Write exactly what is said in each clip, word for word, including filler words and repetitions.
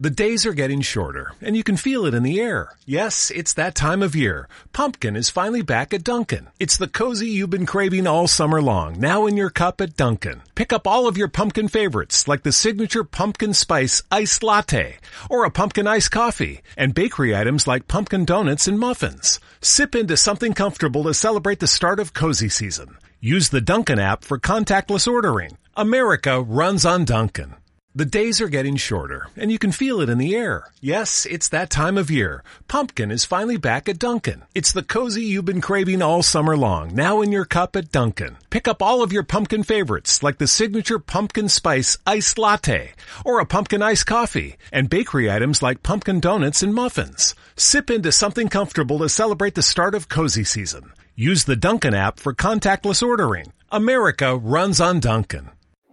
The days are getting shorter, and you can feel it in the air. Yes, it's that time of year. Pumpkin is finally back at Dunkin'. It's the cozy you've been craving all summer long, now in your cup at Dunkin'. Pick up all of your pumpkin favorites, like the signature pumpkin spice iced latte, or a pumpkin iced coffee, and bakery items like pumpkin donuts and muffins. Sip into something comfortable to celebrate the start of cozy season. Use the Dunkin' app for contactless ordering. America runs on Dunkin'. The days are getting shorter, and you can feel it in the air. Yes, it's that time of year. Pumpkin is finally back at Dunkin'. It's the cozy you've been craving all summer long, now in your cup at Dunkin'. Pick up all of your pumpkin favorites, like the signature pumpkin spice iced latte, or a pumpkin iced coffee, and bakery items like pumpkin donuts and muffins. Sip into something comfortable to celebrate the start of cozy season. Use the Dunkin' app for contactless ordering. America runs on Dunkin'.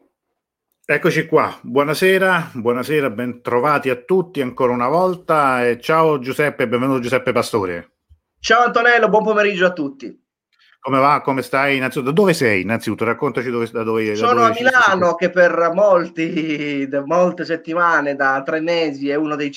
Eccoci qua, buonasera, buonasera, ben trovati a tutti ancora una volta e ciao Giuseppe, benvenuto Giuseppe Pastore. Ciao Antonello, buon pomeriggio a tutti. Come va, come stai? Innanzitutto, dove sei? Innanzitutto, raccontaci dove, da dove Sono da dove a Milano, che per molti, da molte settimane, da tre mesi, è uno dei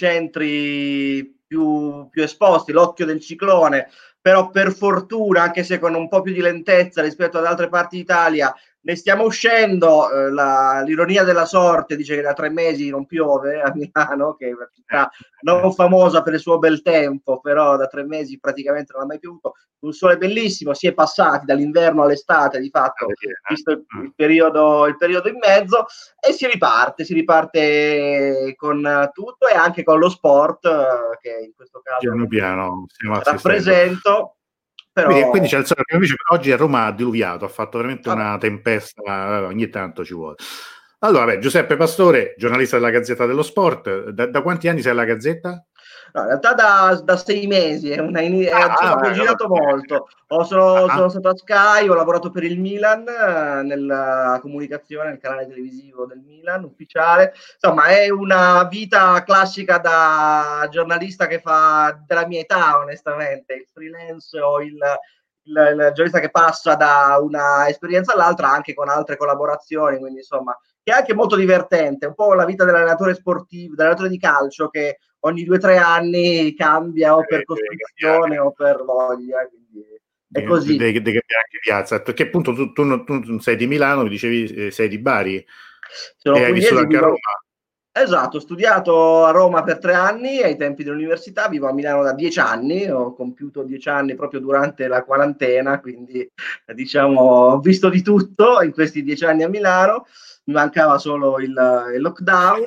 centri più, più esposti, l'occhio del ciclone, però per fortuna, anche se con un po' più di lentezza rispetto ad altre parti d'Italia, ne stiamo uscendo. Eh, la, l'ironia della sorte dice che da tre mesi non piove a Milano, che è una città non famosa per il suo bel tempo, però da tre mesi praticamente non ha mai piovuto. Un sole bellissimo, si è passati dall'inverno all'estate di fatto, visto il, il, periodo, il periodo in mezzo, e si riparte, si riparte con tutto e anche con lo sport, eh, che in questo caso piano piano rappresento. Però... Quindi, quindi c'è il sole, invece oggi a Roma ha diluviato, ha fatto veramente ah. una tempesta, ogni tanto ci vuole. Allora, beh, Giuseppe Pastore, giornalista della Gazzetta dello Sport, da, da quanti anni sei alla Gazzetta? No, in realtà da, da sei mesi, è una in... ah, diciamo ah, che ho girato allora, molto. Ho, sono, ah. sono stato a Sky, ho lavorato per il Milan eh, nella comunicazione, nel canale televisivo del Milan, ufficiale. Insomma, è una vita classica da giornalista che fa della mia età, onestamente. Il freelance o il, il, il giornalista che passa da una esperienza all'altra, anche con altre collaborazioni, quindi insomma, che è anche molto divertente. Un po' la vita dell'allenatore sportivo, dell'allenatore di calcio, che ogni due o tre anni cambia o per costruzione o per voglia, quindi è così. Devi cambiare anche piazza, perché appunto tu, tu, tu, tu sei di Milano, mi dicevi eh, sei di Bari. Sono e hai vissuto anche vivo... a Roma. Esatto, ho studiato a Roma per tre anni ai tempi dell'università, vivo a Milano da dieci anni, ho compiuto dieci anni proprio durante la quarantena, quindi diciamo ho visto di tutto in questi dieci anni a Milano, mi mancava solo il, il lockdown.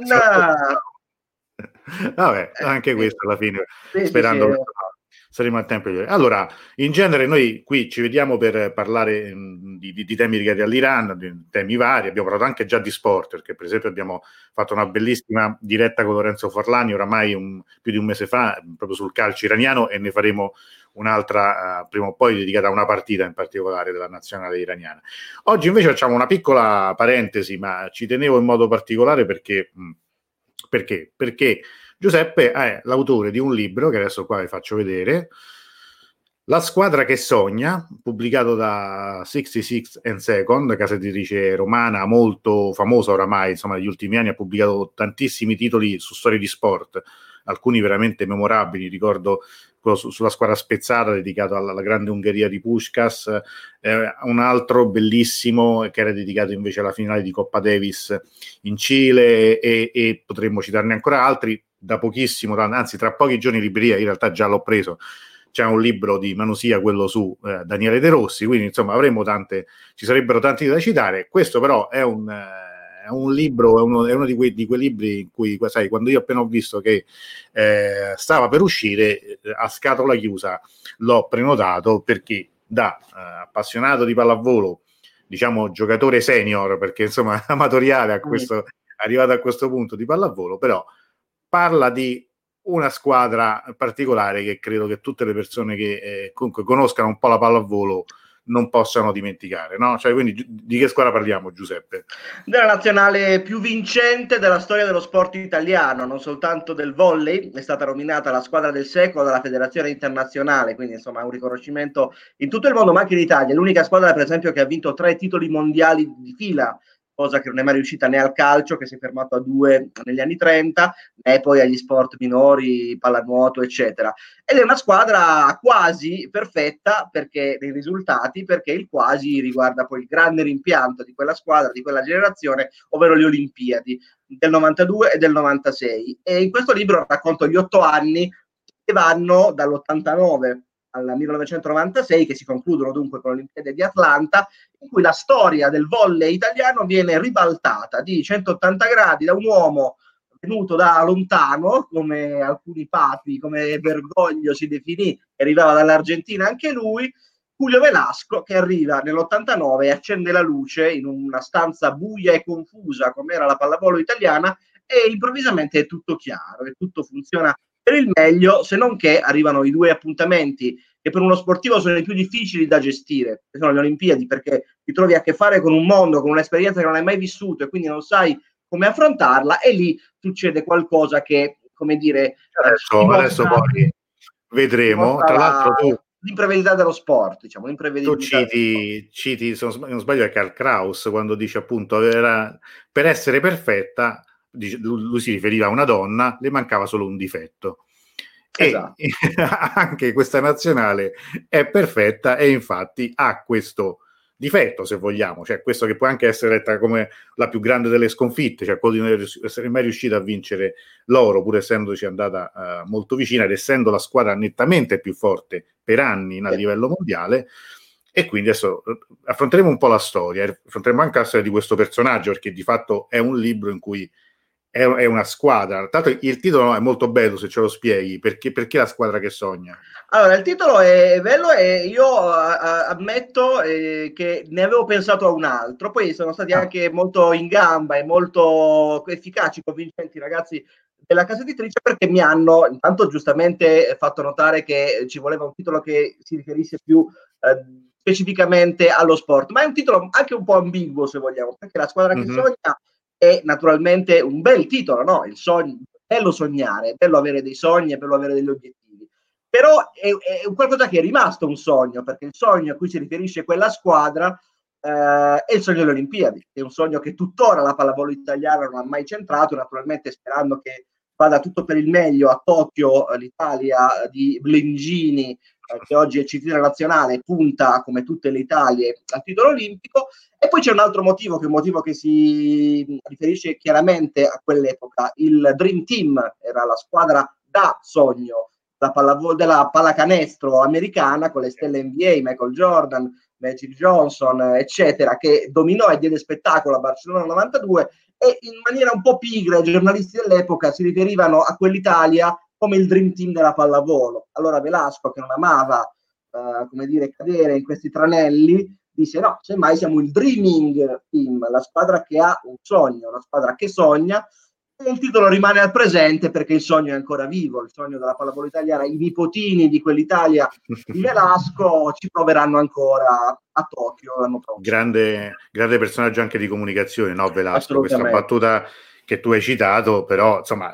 Vabbè, anche eh, questo alla fine, sì, sperando sì, che saremo al tempo. Allora, in genere noi qui ci vediamo per parlare mh, di, di, di temi legati all'Iran, di temi vari, abbiamo parlato anche già di sport, perché per esempio abbiamo fatto una bellissima diretta con Lorenzo Forlani, oramai un, più di un mese fa, proprio sul calcio iraniano, e ne faremo un'altra uh, prima o poi dedicata a una partita in particolare della nazionale iraniana. Oggi invece facciamo una piccola parentesi, ma ci tenevo in modo particolare perché... Mh, Perché? Perché Giuseppe è l'autore di un libro che adesso qua vi faccio vedere, La squadra che sogna, pubblicato da sessantasei and Second, casa editrice romana molto famosa oramai, insomma negli ultimi anni ha pubblicato tantissimi titoli su storie di sport, alcuni veramente memorabili, ricordo quello su, sulla squadra spezzata dedicato alla, alla grande Ungheria di Puskás, eh, un altro bellissimo che era dedicato invece alla finale di Coppa Davis in Cile, e, e potremmo citarne ancora altri. Da pochissimo, anzi tra pochi giorni in libreria, in realtà già l'ho preso, c'è un libro di Manusia, quello su eh, Daniele De Rossi, quindi insomma avremo tante, ci sarebbero tanti da citare. Questo però è un, eh, è un libro, è uno, è uno di, quei, di quei libri in cui, sai, quando io appena ho visto che eh, stava per uscire, eh, a scatola chiusa l'ho prenotato, perché da eh, appassionato di pallavolo, diciamo giocatore senior, perché insomma amatoriale a questo, arrivato a questo punto di pallavolo, però parla di una squadra particolare che credo che tutte le persone che eh, comunque conoscano un po' la pallavolo non possano dimenticare, no? Cioè, quindi di che squadra parliamo, Giuseppe? Della nazionale più vincente della storia dello sport italiano, non soltanto del volley, è stata nominata la squadra del secolo dalla Federazione Internazionale, quindi insomma un riconoscimento in tutto il mondo, ma anche in Italia. L'unica squadra, per esempio, che ha vinto tre titoli mondiali di fila, cosa che non è mai riuscita né al calcio, che si è fermato a due negli anni trenta, né poi agli sport minori, pallanuoto, eccetera. Ed è una squadra quasi perfetta perché nei risultati, perché il quasi riguarda poi il grande rimpianto di quella squadra, di quella generazione, ovvero le Olimpiadi del novantadue e del novantasei. E in questo libro racconto gli otto anni che vanno dall'ottantanove al millenovecentonovantasei, che si concludono dunque con le Olimpiadi di Atlanta, in cui la storia del volley italiano viene ribaltata di centottanta gradi da un uomo venuto da lontano, come alcuni papi, come Bergoglio si definì, arrivava dall'Argentina anche lui, Julio Velasco, che arriva nell'ottantanove e accende la luce in una stanza buia e confusa come era la pallavolo italiana, e improvvisamente è tutto chiaro e tutto funziona per il meglio, se non che arrivano i due appuntamenti che per uno sportivo sono i più difficili da gestire, che sono le Olimpiadi, perché ti trovi a che fare con un mondo, con un'esperienza che non hai mai vissuto e quindi non sai come affrontarla, e lì succede qualcosa che, come dire, adesso, adesso poi vedremo. Tra l'altro tu l'imprevedibilità dello sport, diciamo, l'imprevedibilità tu citi, citi, se non sbaglio, è Karl Kraus, quando dice appunto era, per essere perfetta, dice, lui si riferiva a una donna, le mancava solo un difetto. Esatto. E anche questa nazionale è perfetta e infatti ha questo difetto, se vogliamo, cioè questo che può anche essere letta come la più grande delle sconfitte, cioè quello di non essere mai riuscita a vincere l'oro, pur essendoci andata uh, molto vicina ed essendo la squadra nettamente più forte per anni a livello mondiale. E quindi adesso affronteremo un po' la storia, affronteremo anche la storia di questo personaggio, perché di fatto è un libro in cui è, è una squadra. Tanto il titolo è molto bello, se ce lo spieghi, perché, perché la squadra che sogna? Allora, il titolo è bello e io uh, ammetto eh, che ne avevo pensato a un altro, poi sono stati ah. anche molto in gamba e molto efficaci, convincenti i ragazzi della casa editrice, perché mi hanno intanto giustamente fatto notare che ci voleva un titolo che si riferisse più eh, specificamente allo sport, ma è un titolo anche un po' ambiguo, se vogliamo, perché la squadra mm-hmm. che sogna è naturalmente un bel titolo, no? Il sogno, è bello sognare, è bello avere dei sogni, è bello avere degli obiettivi. Però è, è qualcosa che è rimasto un sogno, perché il sogno a cui si riferisce quella squadra eh, è il sogno delle Olimpiadi, è un sogno che tuttora la pallavolo italiana non ha mai centrato, naturalmente sperando che vada tutto per il meglio a Tokyo. L'Italia di Blengini, eh, che oggi è cittadina nazionale, punta come tutte le Italie al titolo olimpico. E poi c'è un altro motivo, che è un motivo che si riferisce chiaramente a quell'epoca. Il Dream Team era la squadra da sogno la pallavolo, della pallacanestro americana, con le stelle N B A, Michael Jordan, Magic Johnson, eccetera, che dominò e diede spettacolo a Barcellona novantadue, e in maniera un po' pigra i giornalisti dell'epoca si riferivano a quell'Italia come il Dream Team della pallavolo. Allora Velasco, che non amava uh, come dire, cadere in questi tranelli, disse no, semmai siamo il Dreaming Team, la squadra che ha un sogno, una squadra che sogna. Il titolo rimane al presente perché il sogno è ancora vivo, il sogno della pallavolo italiana. I nipotini di quell'Italia di Velasco ci proveranno ancora a Tokyo l'anno prossimo. Grande, grande personaggio anche di comunicazione, no Velasco? Questa battuta che tu hai citato, però insomma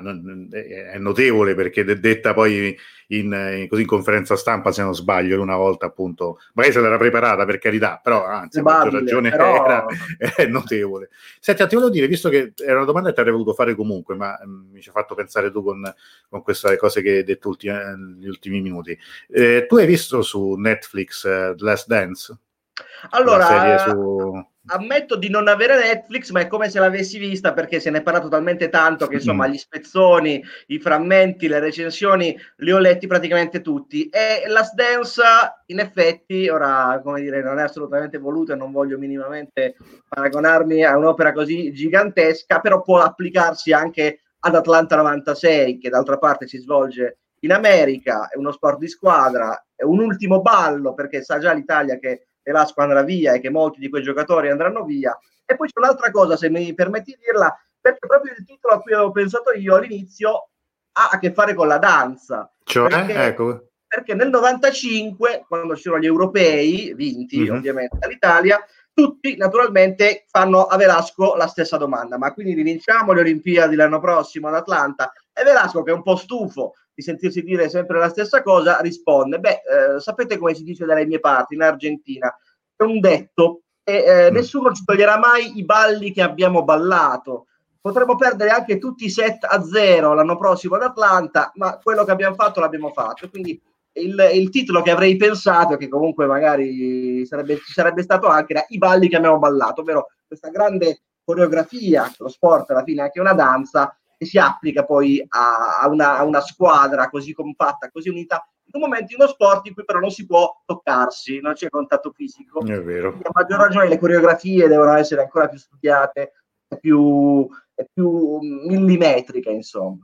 è notevole, perché è detta poi in, in, così in conferenza stampa, se non sbaglio, una volta appunto, magari se l'era preparata, per carità, però anzi a maggior ragione però... era, è notevole. Senti, ti volevo dire, visto che era una domanda che ti avrei voluto fare comunque, ma mh, mi ci hai fatto pensare tu con, con queste cose che hai detto ultimi, negli ultimi minuti. Eh, tu hai visto su Netflix uh, Last Dance? Allora, la serie su... ammetto di non avere Netflix, ma è come se l'avessi vista, perché se ne è parlato talmente tanto che insomma gli spezzoni, i frammenti, le recensioni li ho letti praticamente tutti. E Last Dance, in effetti, ora come dire, non è assolutamente voluto e non voglio minimamente paragonarmi a un'opera così gigantesca, però può applicarsi anche ad Atlanta novantasei, che d'altra parte si svolge in America, è uno sport di squadra, è un ultimo ballo, perché sa già l'Italia che Velasco andrà via e che molti di quei giocatori andranno via. E poi c'è un'altra cosa, se mi permetti di dirla, perché proprio il titolo a cui avevo pensato io all'inizio ha a che fare con la danza. Cioè, perché, ecco. perché nel novantacinque, quando c'erano gli europei, vinti mm-hmm. ovviamente dall'Italia, tutti naturalmente fanno a Velasco la stessa domanda: ma quindi rivinciamo le Olimpiadi l'anno prossimo ad Atlanta? E Velasco, che è un po' stufo di sentirsi dire sempre la stessa cosa, risponde: beh, eh, sapete come si dice dalle mie parti in Argentina? È un detto e eh, Mm. nessuno ci toglierà mai i balli che abbiamo ballato. Potremmo perdere anche tutti i set a zero l'anno prossimo ad Atlanta, ma quello che abbiamo fatto l'abbiamo fatto. Quindi il, il titolo che avrei pensato, che comunque magari sarebbe, ci sarebbe stato anche, era I balli che abbiamo ballato, ovvero questa grande coreografia, lo sport alla fine è anche una danza, che si applica poi a, a, una, a una squadra così compatta, così unita, in un momento, in uno sport in cui però non si può toccarsi, non c'è contatto fisico. È vero. Quindi a maggior ragione le coreografie devono essere ancora più studiate, più, più millimetriche, insomma.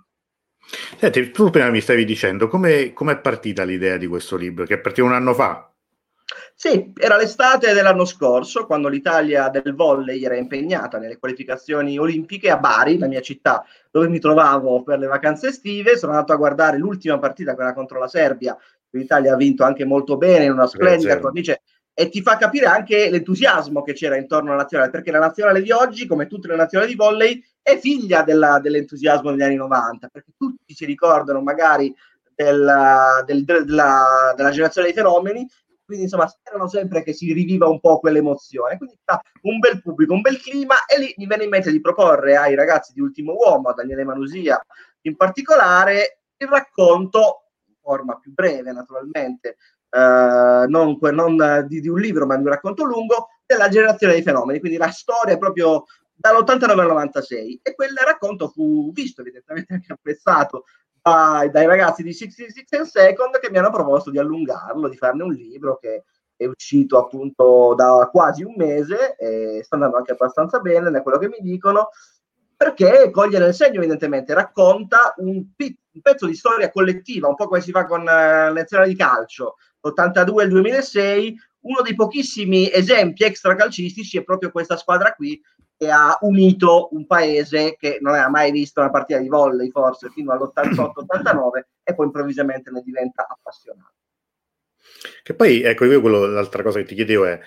Senti, tu prima mi stavi dicendo come è partita l'idea di questo libro, che è partito un anno fa? Sì, era l'estate dell'anno scorso, quando l'Italia del volley era impegnata nelle qualificazioni olimpiche a Bari, la mia città dove mi trovavo per le vacanze estive. Sono andato a guardare l'ultima partita, quella contro la Serbia. L'Italia ha vinto anche molto bene, in una splendida cornice, e ti fa capire anche l'entusiasmo che c'era intorno alla nazionale, perché la nazionale di oggi, come tutte le nazionali di volley, è figlia della, dell'entusiasmo degli anni novanta, perché tutti si ricordano magari della, del, della, della generazione dei fenomeni. Quindi insomma sperano sempre che si riviva un po' quell'emozione, quindi sta un bel pubblico, un bel clima, e lì mi venne in mente di proporre ai ragazzi di Ultimo Uomo, a Daniele Manusia in particolare, il racconto in forma più breve naturalmente, eh, non, non di, di un libro ma di un racconto lungo, della generazione dei fenomeni, quindi la storia proprio dall'ottantanove al novantasei, e quel racconto fu visto, evidentemente anche apprezzato dai, dai ragazzi di sessantasei and Second, che mi hanno proposto di allungarlo, di farne un libro che è uscito appunto da quasi un mese e sta andando anche abbastanza bene da quello che mi dicono, perché coglie nel segno, evidentemente racconta un, pi- un pezzo di storia collettiva, un po' come si fa con uh, la nazionale di calcio, l'ottantadue e il duemilasei. Uno dei pochissimi esempi extracalcistici è proprio questa squadra qui, che ha unito un paese che non aveva mai visto una partita di volley forse fino all'ottantotto ottantanove, e poi improvvisamente ne diventa appassionato. Che poi, ecco, io quello, l'altra cosa che ti chiedevo è,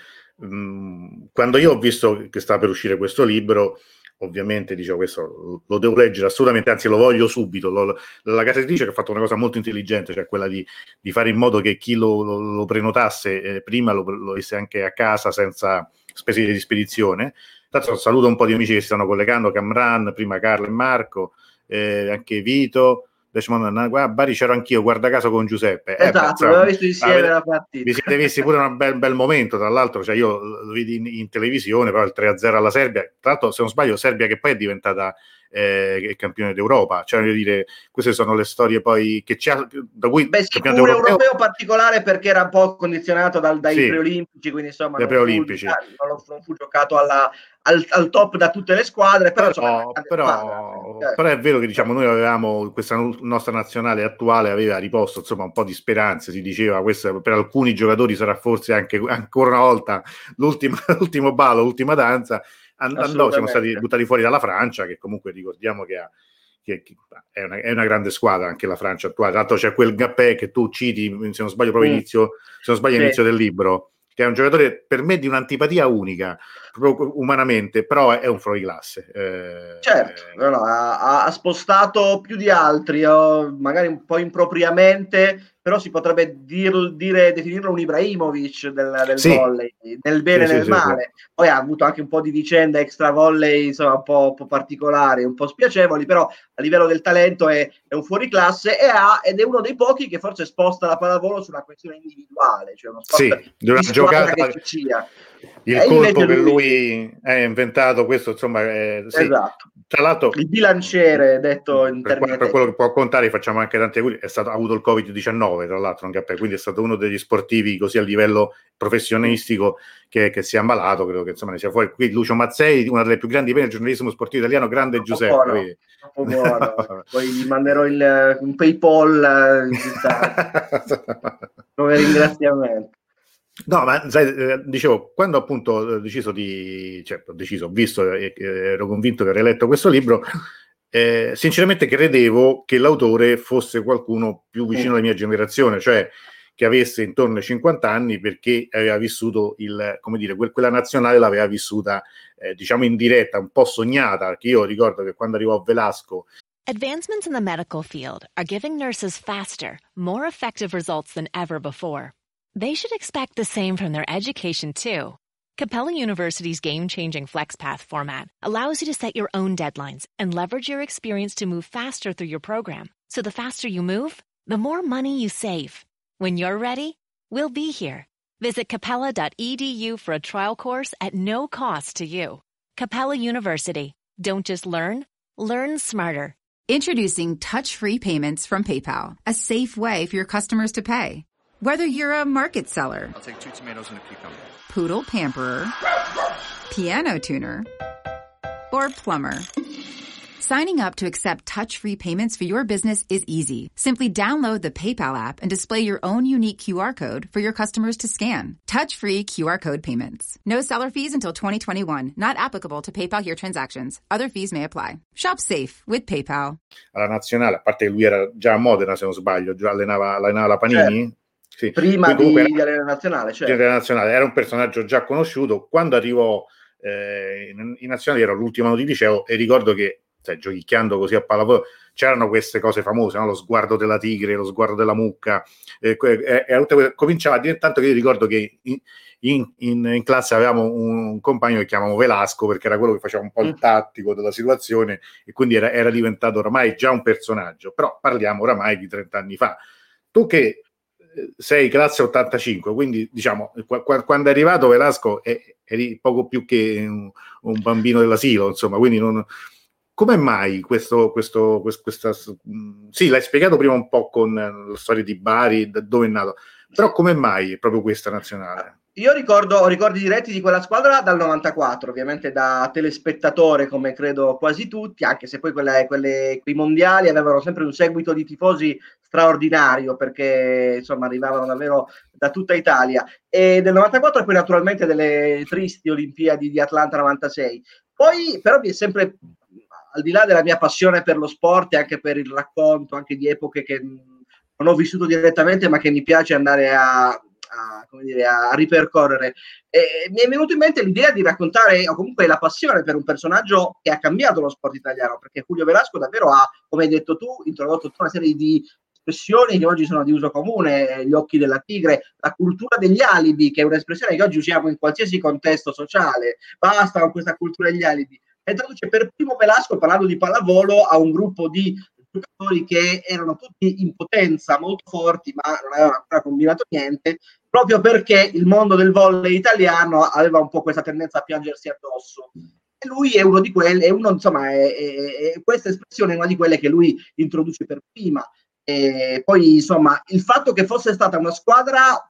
mh, quando io ho visto che stava per uscire questo libro, ovviamente dicevo, questo lo devo leggere assolutamente, anzi lo voglio subito. Lo, la casa editrice che ha fatto una cosa molto intelligente, cioè quella di, di fare in modo che chi lo, lo, lo prenotasse eh, prima lo, lo avesse anche a casa senza spese di spedizione. Tanto saluto un po' di amici che si stanno collegando, Camran, prima Carlo e Marco, eh, anche Vito. A Bari c'ero anch'io, guarda caso, con Giuseppe. Esatto, eh, abbiamo visto insieme avete, la partita. Vi siete visti pure un bel, bel momento, tra l'altro, cioè io lo vidi in, in televisione, però il tre a zero alla Serbia, tra l'altro se non sbaglio Serbia che poi è diventata eh, campione d'Europa, cioè voglio dire, queste sono le storie poi che c'è, da cui beh sì, fu un europeo, europeo particolare perché era un po' condizionato dal, dai sì, preolimpici, quindi insomma non, preolimpici. Fu, non, non fu giocato alla, al, al top da tutte le squadre, però, però, insomma, però, squadra, però è vero che diciamo noi avevamo, questa nostra nazionale attuale aveva riposto insomma un po' di speranze, si diceva questa per alcuni giocatori sarà forse anche ancora una volta l'ultima, l'ultimo ballo, l'ultima danza. Andò, siamo stati buttati fuori dalla Francia, che comunque ricordiamo che, ha, che, che è, una, è una grande squadra anche la Francia attuale. Tra l'altro c'è quel Gappé che tu citi, se non sbaglio proprio mm. inizio, se non sbaglio sì. inizio del libro, che è un giocatore per me di un'antipatia unica, proprio umanamente, però è un fuoriclasse. Eh, certo, no, no, ha, ha spostato più di altri, oh, magari un po' impropriamente, però si potrebbe dir, dire, definirlo un Ibrahimovic del, del sì. volley, nel bene e sì, nel sì, male. Sì. Poi ha avuto anche un po' di vicende extra volley, insomma, un po', un po' particolari, un po' spiacevoli, però a livello del talento è, è un fuoriclasse e ha, ed è uno dei pochi che forse sposta la pallavolo su una questione individuale, cioè uno sport sì, di una giocata che ci sia. Il e colpo che lui... lui ha inventato, questo insomma è, sì. Esatto. Tra l'altro il bilanciere detto in per, termini per quello che può contare, facciamo anche tanti auguri, è stato, ha avuto il covid diciannove tra l'altro, quindi è stato uno degli sportivi così a livello professionistico che, che si è ammalato, credo che insomma ne sia fuori. Qui Lucio Mazzei, una delle più grandi pene del giornalismo sportivo italiano, grande troppo Giuseppe buono, troppo buono. Poi gli manderò il, un PayPal come ringraziamento. No, ma sai, eh, dicevo, quando appunto ho deciso di, cioè ho deciso, ho visto e eh, ero convinto che avrei letto questo libro, eh, sinceramente credevo che l'autore fosse qualcuno più vicino alla mia generazione, cioè che avesse intorno ai cinquanta anni, perché aveva vissuto il, come dire, quella nazionale l'aveva vissuta, eh, diciamo in diretta, un po' sognata, che io ricordo che quando arrivò Velasco. Advancements in the medical field are giving nurses faster, more effective results than ever before. They should expect the same from their education, too. Capella University's game-changing FlexPath format allows you to set your own deadlines and leverage your experience to move faster through your program. So the faster you move, the more money you save. When you're ready, we'll be here. Visit capella dot e d u for a trial course at no cost to you. Capella University. Don't just learn, learn smarter. Introducing touch-free payments from PayPal, a safe way for your customers to pay. Whether you're a market seller, I'll take two tomatoes and a cucumber, poodle pamperer, piano tuner, or plumber, signing up to accept touch-free payments for your business is easy. Simply download the PayPal app and display your own unique Q R code for your customers to scan. Touch-free Q R code payments. No seller fees until twenty twenty-one. Not applicable to PayPal here transactions. Other fees may apply. Shop safe with PayPal. Alla nazionale, a parte che lui era già a Modena, se non sbaglio, già allenava, allenava la Panini. Certo. Sì. Prima di, era, di allenare nazionale, certo. Di nazionale, era un personaggio già conosciuto. Quando arrivò eh, in, in nazionale, ero l'ultimo anno di liceo e ricordo che, cioè, giochicchiando così a pallavolo, c'erano queste cose famose, no? Lo sguardo della tigre, lo sguardo della mucca, eh, eh, eh, cominciava a dire, tanto che io ricordo che in, in, in, in classe avevamo un, un compagno che chiamavamo Velasco, perché era quello che faceva un po' il tattico della situazione e quindi era, era diventato oramai già un personaggio. Però parliamo oramai di trent'anni fa. Tu che sei classe ottantacinque, quindi diciamo qu- quando è arrivato Velasco eh, eri poco più che un, un bambino dell'asilo, insomma, quindi non... Come mai questo, questo, questo questa, sì, l'hai spiegato prima un po' con la storia di Bari, da dove è nato, però come mai proprio questa nazionale? Io ricordo, ho ricordi diretti di quella squadra dal novantaquattro, ovviamente da telespettatore come credo quasi tutti, anche se poi quelle, quelle, quei mondiali avevano sempre un seguito di tifosi straordinario, perché insomma arrivavano davvero da tutta Italia. E del novantaquattro e poi naturalmente delle tristi Olimpiadi di Atlanta novantasei. Poi però mi è sempre, al di là della mia passione per lo sport e anche per il racconto anche di epoche che non ho vissuto direttamente ma che mi piace andare a A, come dire, a ripercorrere, e mi è venuto in mente l'idea di raccontare, o comunque la passione per un personaggio che ha cambiato lo sport italiano, perché Julio Velasco davvero ha, come hai detto tu, introdotto tutta una serie di espressioni che oggi sono di uso comune, gli occhi della tigre, la cultura degli alibi, che è un'espressione che oggi usiamo in qualsiasi contesto sociale. Basta con questa cultura degli alibi. E introduce per primo Velasco, parlando di pallavolo, a un gruppo di giocatori che erano tutti in potenza, molto forti, ma non avevano ancora combinato niente, proprio perché il mondo del volley italiano aveva un po' questa tendenza a piangersi addosso. E lui è uno di quelli, è uno, insomma, è, è, è, questa espressione è una di quelle che lui introduce per prima. E poi, insomma, il fatto che fosse stata una squadra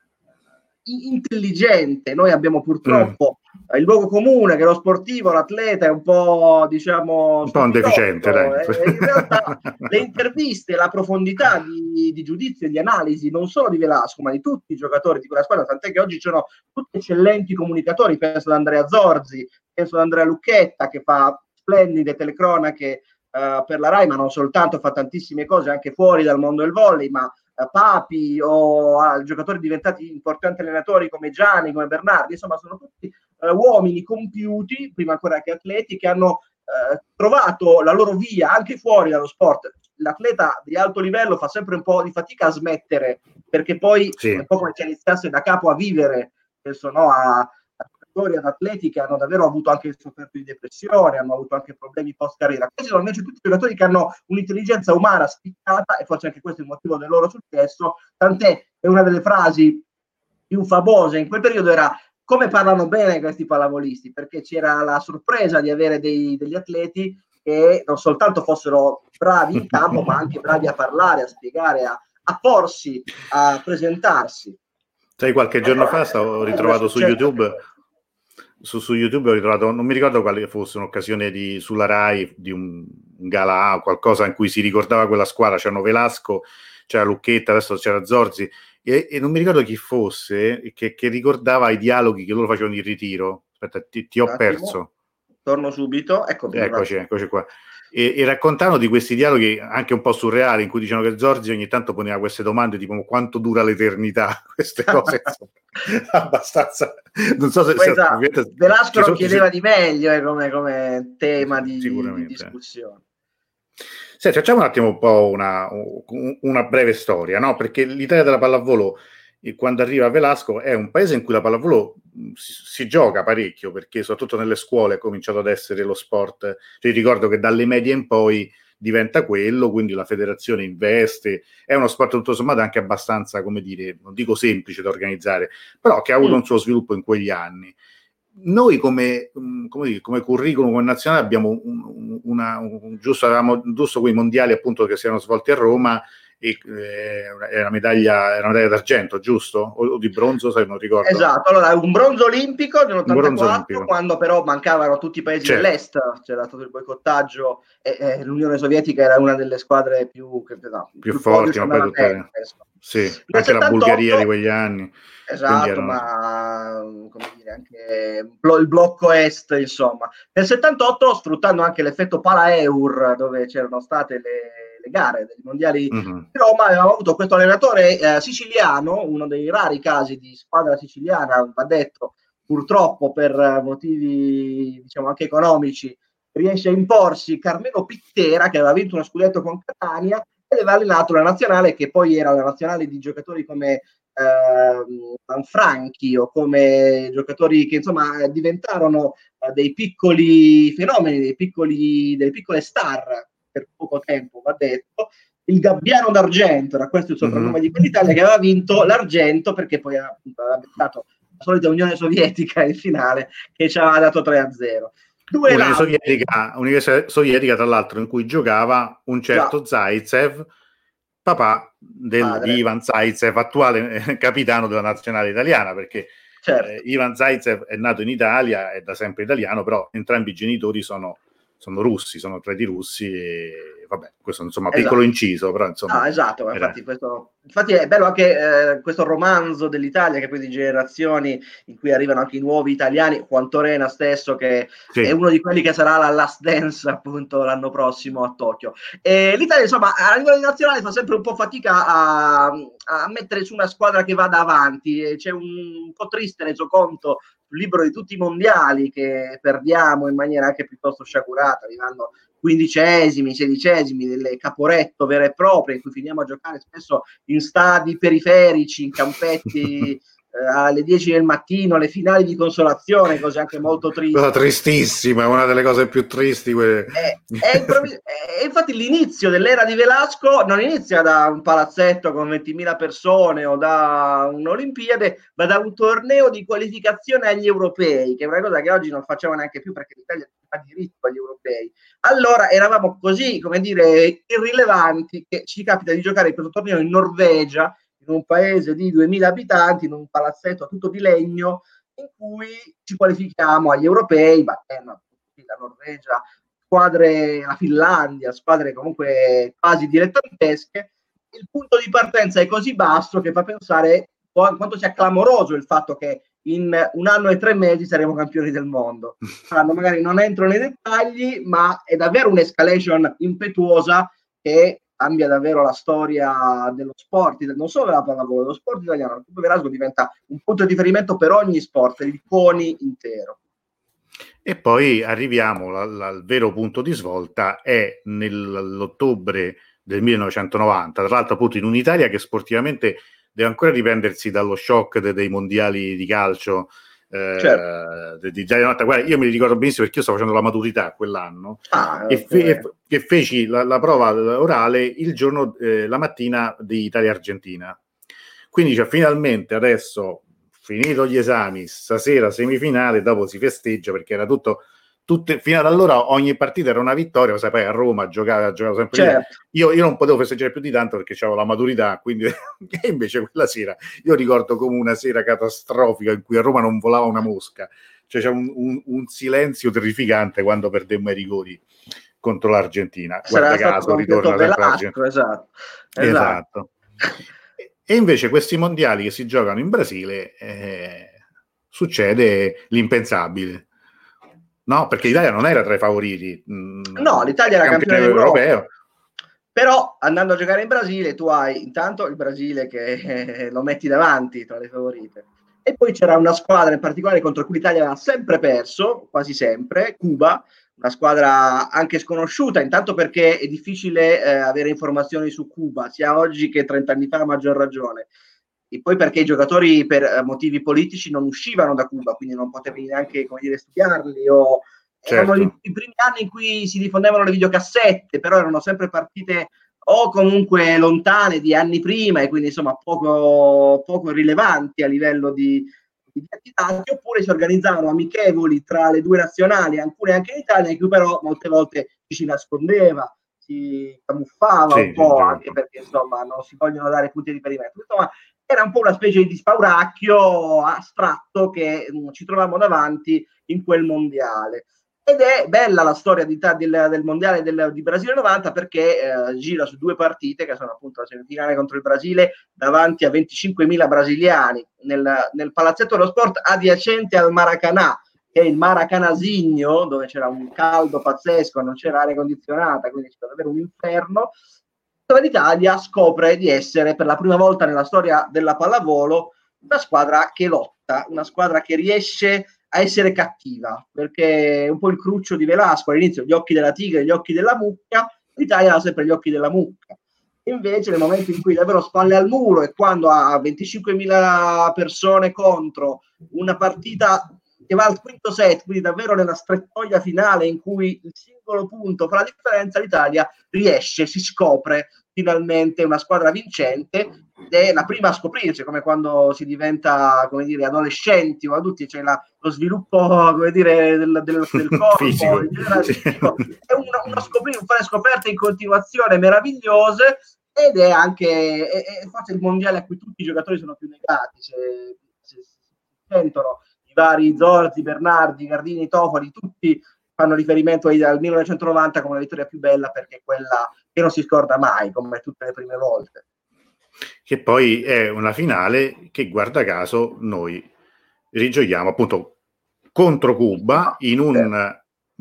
intelligente, noi abbiamo purtroppo mm. il luogo comune che lo sportivo, l'atleta è un po', diciamo, un po' un deficiente, dai. E in realtà le interviste, la profondità di, di giudizio e di analisi non solo di Velasco ma di tutti i giocatori di quella squadra, tant'è che oggi sono tutti eccellenti comunicatori, penso ad Andrea Zorzi, penso ad Andrea Lucchetta che fa splendide telecronache uh, per la Rai, ma non soltanto, fa tantissime cose anche fuori dal mondo del volley, ma Papi o a giocatori diventati importanti allenatori come Gianni, come Bernardi, insomma sono tutti uh, uomini compiuti, prima ancora che atleti, che hanno uh, trovato la loro via anche fuori dallo sport. L'atleta di alto livello fa sempre un po' di fatica a smettere, perché poi sì. È un po' come se iniziasse da capo a vivere, penso, no, a ad atleti che hanno davvero avuto anche sofferto di depressione, hanno avuto anche problemi post carriera. Questi sono invece tutti giocatori che hanno un'intelligenza umana spiccata, e forse anche questo è il motivo del loro successo, tant'è che una delle frasi più famose in quel periodo era: come parlano bene questi pallavolisti, perché c'era la sorpresa di avere dei, degli atleti che non soltanto fossero bravi in campo ma anche bravi a parlare, a spiegare, a, a porsi, a presentarsi. Sai, qualche giorno fa stavo ritrovato su YouTube Su, su YouTube ho ritrovato, non mi ricordo quale fosse, un'occasione di, sulla Rai di un, un gala o qualcosa in cui si ricordava quella squadra, c'erano Velasco, c'era Lucchetta, adesso c'era Zorzi e, e non mi ricordo chi fosse che, che ricordava i dialoghi che loro facevano in ritiro. Aspetta, ti, ti ho perso. Torno subito, ecco, eccoci, eccoci qua. E, e raccontano di questi dialoghi anche un po' surreali, in cui dicevano che Zorzi ogni tanto poneva queste domande tipo quanto dura l'eternità, queste cose abbastanza, non so se, se esatto. Velasco non chiedeva ci... di meglio eh, come, come tema di, di discussione. Senti, facciamo un attimo un po' una, una breve storia, no? Perché l'Italia della pallavolo e quando arriva a Velasco è un paese in cui la pallavolo si, si gioca parecchio, perché soprattutto nelle scuole è cominciato ad essere lo sport, cioè, ricordo che dalle medie in poi diventa quello, quindi la federazione investe, è uno sport tutto sommato anche abbastanza, come dire, non dico semplice da organizzare, però che ha avuto mm. un suo sviluppo in quegli anni. Noi come, come, dire, come curriculum, come nazionale abbiamo un, una, un, giusto, avevamo giusto quei mondiali appunto che si erano svolti a Roma, e eh, era medaglia, era medaglia d'argento, giusto? O, o di bronzo, se non ricordo. Esatto, allora un bronzo olimpico nell'ottantaquattro, quando però mancavano tutti i paesi certo. dell'est, c'era stato il boicottaggio e, e l'Unione Sovietica era una delle squadre più, che, no, più, più forti, ma poi tutte le... sì, anche settantotto, la Bulgaria di quegli anni. Esatto, erano... ma come dire, anche il blocco est, insomma. Nel settantotto, sfruttando anche l'effetto Pala-Eur, dove c'erano state le, le gare dei mondiali mm-hmm. di Roma, avevamo avuto questo allenatore eh, siciliano, uno dei rari casi di squadra siciliana, va detto, purtroppo per motivi, diciamo, anche economici, riesce a imporsi Carmelo Pittera, che aveva vinto uno scudetto con Catania, ed aveva allenato la nazionale, che poi era la nazionale di giocatori come Franchi o come giocatori che insomma diventarono uh, dei piccoli fenomeni, dei piccoli, delle piccole star per poco tempo, va detto. Il Gabbiano d'Argento era questo il soprannome mm-hmm. di quell'Italia, che aveva vinto l'argento perché poi appunto, aveva beccato la solita Unione Sovietica in finale che ci aveva dato tre a zero. Due Unione Sovietica, Unione Sovietica tra l'altro in cui giocava un certo Già. Zaitsev, papà del, di Ivan Zaitsev, attuale eh, capitano della nazionale italiana, perché certo. eh, Ivan Zaitsev è nato in Italia, è da sempre italiano, però entrambi i genitori sono, sono russi, sono atleti russi e vabbè, questo insomma esatto. piccolo inciso, però insomma... Ah, esatto, era... infatti, questo, infatti è bello anche eh, questo romanzo dell'Italia, che poi di generazioni in cui arrivano anche i nuovi italiani, Juan Torena stesso, che sì. è uno di quelli che sarà la Last Dance appunto l'anno prossimo a Tokyo. E l'Italia insomma a livello nazionale fa sempre un po' fatica a, a mettere su una squadra che vada avanti, e c'è un, un po' triste reso conto sul libro di tutti i mondiali che perdiamo in maniera anche piuttosto sciagurata, arrivando quindicesimi, sedicesimi, delle caporetto vere e proprie, in cui finiamo a giocare spesso in stadi periferici, in campetti eh, alle dieci del mattino, le finali di consolazione, cose anche molto tristi. Cosa tristissima, una delle cose più tristi. Quelle... È, è improvvis- è, infatti l'inizio dell'era di Velasco non inizia da un palazzetto con ventimila persone o da un'Olimpiade, ma da un torneo di qualificazione agli europei, che è una cosa che oggi non facciamo neanche più perché l'Italia ha diritto agli europei. Allora eravamo così, come dire, irrilevanti, che ci capita di giocare questo torneo in Norvegia, in un paese di duemila abitanti, in un palazzetto tutto di legno, in cui ci qualifichiamo agli europei, battendo la Norvegia, squadre, la Finlandia, squadre comunque quasi dilettantesche. Il punto di partenza è così basso che fa pensare quanto sia clamoroso il fatto che in un anno e tre mesi saremo campioni del mondo. Allora, magari non entro nei dettagli, ma è davvero un'escalation impetuosa che cambia davvero la storia dello sport, non solo della pallavolo, dello sport italiano. Il Coppa Velasco diventa un punto di riferimento per ogni sport, il CONI intero. E poi arriviamo al, al vero punto di svolta, è nell'ottobre del millenovecentonovanta, tra l'altro appunto in un'Italia che sportivamente deve ancora riprendersi dallo shock de, dei mondiali di calcio eh, certo. de, di Guarda, io me li ricordo benissimo perché io stavo facendo la maturità quell'anno ah, e, fe, e, e feci la, la prova orale il giorno, eh, la mattina di Italia-Argentina. Quindi cioè, finalmente adesso, finito gli esami, stasera semifinale, dopo si festeggia perché era tutto... Tutte, fino ad allora ogni partita era una vittoria, lo sai, poi a Roma giocava, giocava sempre certo. io, io non potevo festeggiare più di tanto perché avevo la maturità, quindi e invece quella sera io ricordo come una sera catastrofica in cui a Roma non volava una mosca, cioè c'è un, un, un silenzio terrificante quando perdemmo i rigori contro l'Argentina. Guarda caso ritorna sempre l'Argentina. Esatto. esatto. esatto. E invece questi mondiali che si giocano in Brasile eh, succede l'impensabile. No, perché l'Italia non era tra i favoriti. No, l'Italia era campione europeo. Però andando a giocare in Brasile tu hai intanto il Brasile che eh, lo metti davanti tra le favorite. E poi c'era una squadra in particolare contro cui l'Italia aveva sempre perso, quasi sempre, Cuba, una squadra anche sconosciuta, intanto perché è difficile eh, avere informazioni su Cuba, sia oggi che trent'anni fa a maggior ragione. e poi perché i giocatori per motivi politici non uscivano da Cuba, quindi non potevi neanche, come dire, studiarli, o certo. erano i, i primi anni in cui si diffondevano le videocassette, però erano sempre partite o comunque lontane di anni prima, e quindi insomma poco, poco rilevanti a livello di, di attività, oppure si organizzavano amichevoli tra le due nazionali, alcune anche in Italia, in cui però molte volte ci si nascondeva, si camuffava Sì, un po', certo. anche perché insomma non si vogliono dare punti di riferimento. Insomma, era un po' una specie di spauracchio astratto che mh, ci trovavamo davanti in quel mondiale. Ed è bella la storia di, del, del mondiale del, di Brasile novanta, perché eh, gira su due partite che sono appunto la semifinale contro il Brasile davanti a venticinquemila brasiliani nel, nel palazzetto dello sport adiacente al Maracanã, che è il Maracanazinho, dove c'era un caldo pazzesco, non c'era aria condizionata, quindi c'era davvero un inferno, dove l'Italia scopre di essere per la prima volta nella storia della pallavolo una squadra che lotta, una squadra che riesce a essere cattiva, perché è un po' il cruccio di Velasco all'inizio, gli occhi della tigre, gli occhi della mucca. L'Italia ha sempre gli occhi della mucca. Invece nel momento in cui davvero spalle al muro, e quando ha venticinquemila persone contro, una partita che va al quinto set, quindi davvero nella strettoia finale in cui il singolo punto fa la differenza, l'Italia riesce, si scopre finalmente una squadra vincente, ed è la prima a scoprirsi, come quando si diventa, come dire, adolescenti o adulti, c'è la, lo sviluppo, come dire, del, del, del corpo, fisico. in generale, fisico. È uno, uno scoprire, fare scoperte in continuazione meravigliose, ed è anche è, è forse il mondiale a cui tutti i giocatori sono più legati, se, se, se sentono i vari Zorzi, Bernardi, Gardini, Tofoli, tutti fanno riferimento ai, al millenovecentonovanta come la vittoria più bella, perché è quella che non si scorda mai, come tutte le prime volte. Che poi è una finale che, guarda caso, noi rigiochiamo appunto contro Cuba in un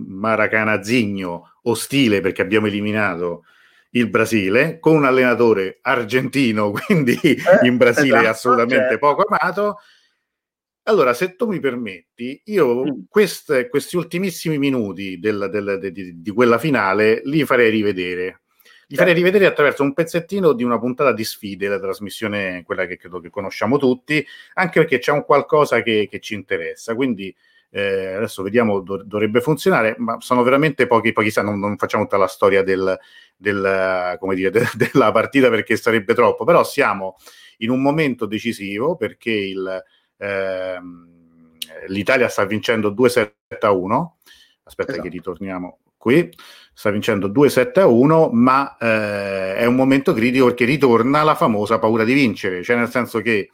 Maracanazinho ostile, perché abbiamo eliminato il Brasile, con un allenatore argentino, quindi eh, in Brasile esatto, assolutamente certo. poco amato. Allora, se tu mi permetti, io mm. queste, questi ultimissimi minuti del, del, de, di, di quella finale li farei rivedere. Li farei rivedere attraverso un pezzettino di una puntata di Sfide, la trasmissione, quella che credo che conosciamo tutti, anche perché c'è un qualcosa che, che ci interessa. Quindi eh, adesso vediamo, do, dovrebbe funzionare, ma sono veramente pochi, pochi non, non facciamo tutta la storia del, del, come dire, de, della partita, perché sarebbe troppo, però siamo in un momento decisivo, perché il... Eh, l'Italia sta vincendo due sette a uno, aspetta esatto. che ritorniamo qui, sta vincendo due sette a uno, ma eh, è un momento critico perché ritorna la famosa paura di vincere, cioè nel senso che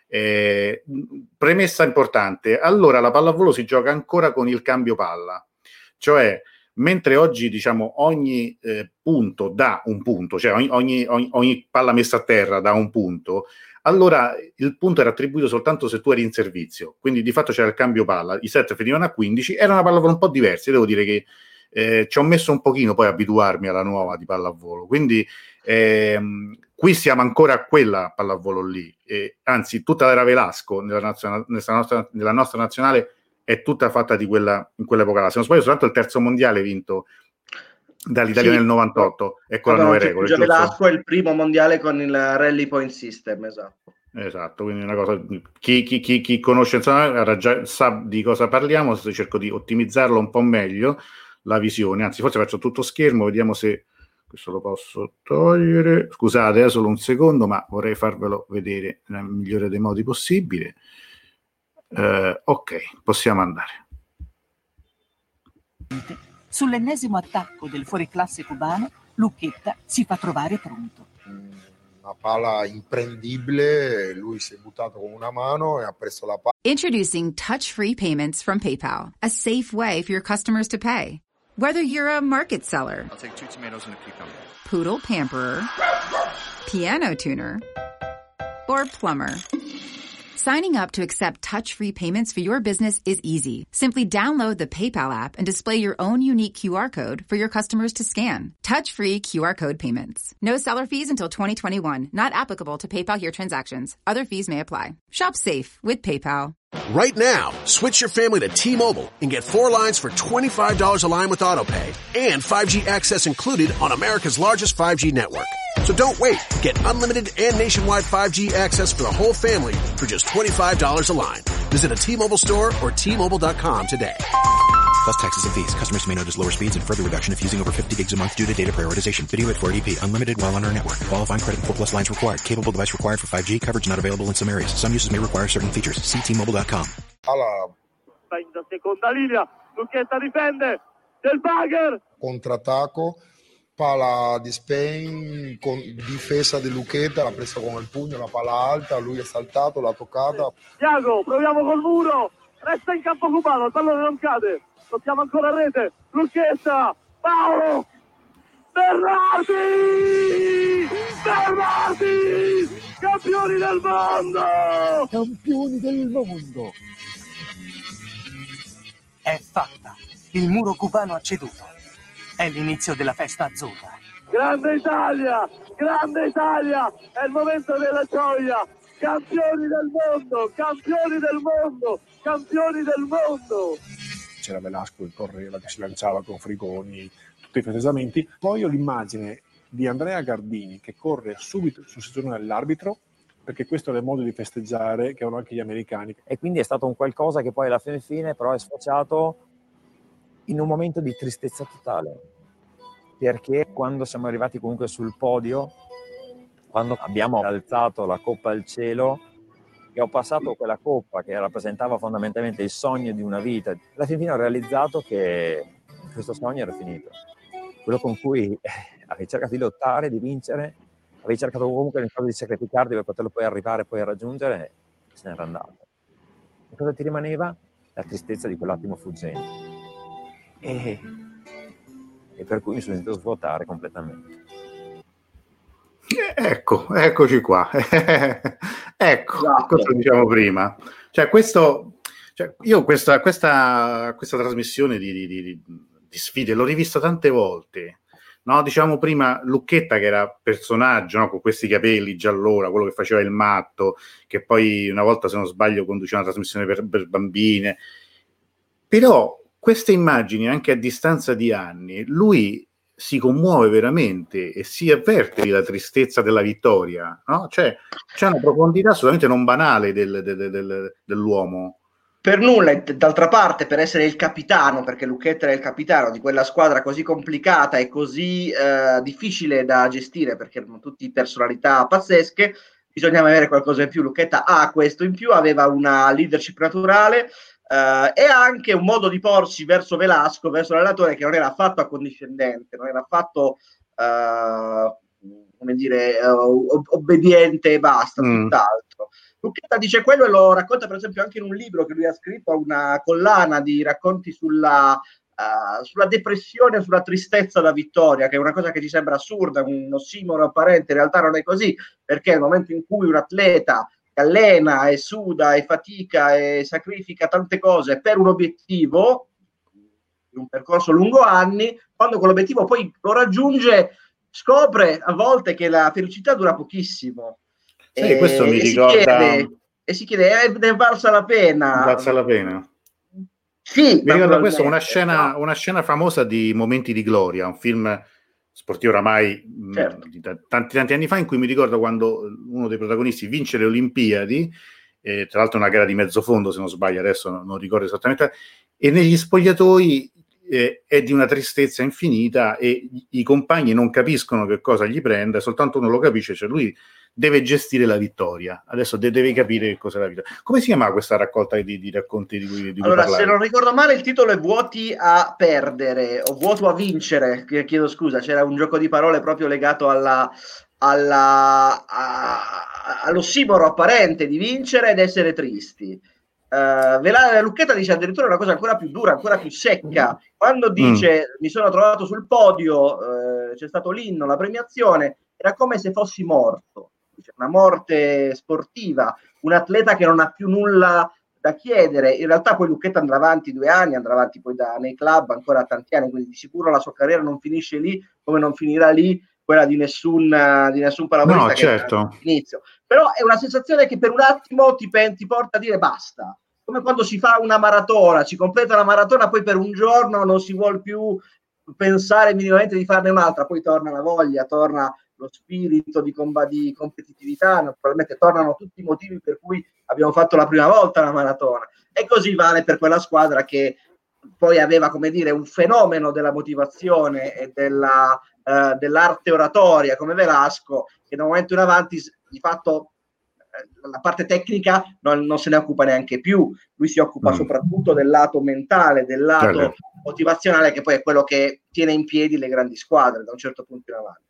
eh, premessa importante, allora la pallavolo si gioca ancora con il cambio palla, cioè mentre oggi diciamo ogni eh, punto dà un punto, cioè ogni, ogni, ogni, ogni palla messa a terra dà un punto. Allora il punto era attribuito soltanto se tu eri in servizio, quindi di fatto c'era il cambio palla, i set finivano a quindici, era una pallavolo un po' diversa, devo dire che eh, ci ho messo un pochino poi a abituarmi alla nuova di pallavolo, quindi ehm, qui siamo ancora a quella pallavolo lì, eh, anzi tutta l'era Velasco nella, nazione, nella, nostra, nella nostra nazionale è tutta fatta di quella, in quell'epoca là, se non sbaglio soltanto il terzo mondiale vinto dall'Italia sì, nel novantotto e con le nuove regole. Già Velasco è il primo mondiale con il rally point system, esatto. Esatto, quindi una cosa, chi, chi, chi, chi conosce insomma, già sa di cosa parliamo, se cerco di ottimizzarlo un po' meglio la visione, anzi forse faccio tutto schermo, vediamo se questo lo posso togliere, scusate, eh, solo un secondo, ma vorrei farvelo vedere nel migliore dei modi possibile. Eh, ok, possiamo andare. Sull'ennesimo attacco del fuoriclasse cubano, Lucchetta si fa trovare pronto. Una palla imprendibile, lui si è buttato con una mano e ha preso la palla. Introducing touch-free payments from PayPal, a safe way for your customers to pay. Whether you're a market seller, I'll take two tomatoes and a cucumber, poodle pamperer, piano tuner, or plumber. Signing up to accept touch-free payments for your business is easy. Simply download the PayPal app and display your own unique Q R code for your customers to scan. Touch-free Q R code payments. No seller fees until twenty twenty-one. Not applicable to PayPal here transactions. Other fees may apply. Shop safe with PayPal. Right now, switch your family to T-Mobile and get four lines for twenty-five dollars a line with AutoPay and five G access included on America's largest five G network. So don't wait. Get unlimited and nationwide five G access for the whole family for just twenty-five dollars a line. Visit a T-Mobile store or T Mobile dot com today. Plus taxes and fees. Customers may notice lower speeds and further reduction if using over fifty gigs a month due to data prioritization. Video at four eighty p. Unlimited while on our network. Qualifying credit and four plus lines required. Capable device required for five G. Coverage not available in some areas. Some uses may require certain features. See T Mobile dot com. Alla in seconda linea, Lucchetta difende, Del Bagher. Contrattacco, palla di Spain, con difesa di Lucchetta, l'ha presa con il pugno, la palla alta, lui è saltato, l'ha toccata. Iago, proviamo col muro, resta in campo cubano, il pallone non cade, tocchiamo ancora a rete, Lucchetta, Paolo, Berardi, Berardi, campioni del mondo, Campioni del mondo. È fatta, il muro cubano ha ceduto, è l'inizio della festa azzurra. Grande Italia, grande Italia, è il momento della gioia, campioni del mondo, campioni del mondo, campioni del mondo. C'era Velasco che correva, che si lanciava con Frigoni, tutti i festeggiamenti. Poi ho l'immagine di Andrea Gardini che corre subito sul seggiolone dell'arbitro, perché questo era il modo di festeggiare che avevano anche gli americani. E quindi è stato un qualcosa che poi alla fine fine però è sfociato in un momento di tristezza totale, perché quando siamo arrivati comunque sul podio, quando abbiamo alzato la coppa al cielo e ho passato quella coppa che rappresentava fondamentalmente il sogno di una vita, alla fine fine ho realizzato che questo sogno era finito, quello con cui avevi cercato di lottare, di vincere, avevi cercato comunque nel caso di sacrificarti per poterlo poi arrivare poi a raggiungere, se n'era andato. E cosa ti rimaneva? La tristezza di quell'attimo fuggente. E, e per cui mi sono sentito svuotare completamente. Ecco, eccoci qua. Ecco, cosa diciamo prima. Cioè, questo, cioè, io questa, questa, questa trasmissione di, di, di, di sfide l'ho rivista tante volte. No, diciamo prima Lucchetta che era personaggio, no, con questi capelli giallora, quello che faceva il matto, che poi una volta, se non sbaglio, conduceva una trasmissione per, per bambine. Però queste immagini, anche a distanza di anni, lui si commuove veramente e si avverte la tristezza della vittoria, no? Cioè, c'è una profondità assolutamente non banale del, del, del, dell'uomo. Per nulla, d'altra parte, per essere il capitano, perché Lucchetta era il capitano di quella squadra così complicata e così eh, difficile da gestire, perché erano tutti personalità pazzesche, bisognava avere qualcosa in più. Lucchetta ha questo in più, aveva una leadership naturale eh, e anche un modo di porsi verso Velasco, verso l'allenatore, che non era affatto accondiscendente, non era affatto eh, come dire, eh, obbediente e basta, mm. tutt'altro. Lucchetta dice quello e lo racconta per esempio anche in un libro che lui ha scritto, una collana di racconti sulla, uh, sulla depressione, sulla tristezza da vittoria, che è una cosa che ci sembra assurda, un ossimoro apparente, in realtà non è così, perché nel momento in cui un atleta allena e suda e fatica e sacrifica tante cose per un obiettivo, un percorso lungo anni, quando quell'obiettivo poi lo raggiunge, scopre a volte che la felicità dura pochissimo. Sì, e, questo mi e ricorda si chiede, e si chiede, eh, ne valsa la pena? Valsa la pena. Sì, mi ricorda questo una scena, una scena famosa di Momenti di Gloria, un film sportivo oramai certo. mh, di t- tanti tanti anni fa, in cui mi ricordo quando uno dei protagonisti vince le Olimpiadi, eh, tra l'altro una gara di mezzo fondo se non sbaglio, adesso non, non ricordo esattamente, e negli spogliatoi eh, è di una tristezza infinita e i, i compagni non capiscono che cosa gli prenda, soltanto uno lo capisce, cioè lui deve gestire la vittoria, adesso de- deve capire che cos'è la vittoria. Come si chiama questa raccolta di, di racconti di cui, di cui allora, parlare? Se non ricordo male il titolo è Vuoti a perdere o Vuoto a vincere, chiedo scusa, c'era un gioco di parole proprio legato alla, alla, a, all'ossimoro apparente di vincere ed essere tristi. Uh, Velana Lucchetta dice addirittura una cosa ancora più dura, ancora più secca, quando dice mm. mi sono trovato sul podio, uh, c'è stato l'inno, la premiazione, era come se fossi morto, dice, una morte sportiva, un atleta che non ha più nulla da chiedere. In realtà poi Lucchetta andrà avanti due anni, andrà avanti poi da, nei club ancora tanti anni, quindi di sicuro la sua carriera non finisce lì, come non finirà lì quella di nessun, di nessun palavrista, no, che certo. Inizio. Però è una sensazione che per un attimo ti, ti porta a dire basta, come quando si fa una maratona, si completa la maratona, poi per un giorno non si vuole più pensare minimamente di farne un'altra, poi torna la voglia, torna lo spirito di, comb- di competitività, naturalmente tornano tutti i motivi per cui abbiamo fatto la prima volta la maratona, e così vale per quella squadra che poi aveva, come dire, un fenomeno della motivazione e della, uh, dell'arte oratoria come Velasco, che da un momento in avanti di fatto eh, la parte tecnica non, non se ne occupa neanche più, lui si occupa mm. soprattutto del lato mentale, del lato certo. motivazionale, che poi è quello che tiene in piedi le grandi squadre da un certo punto in avanti.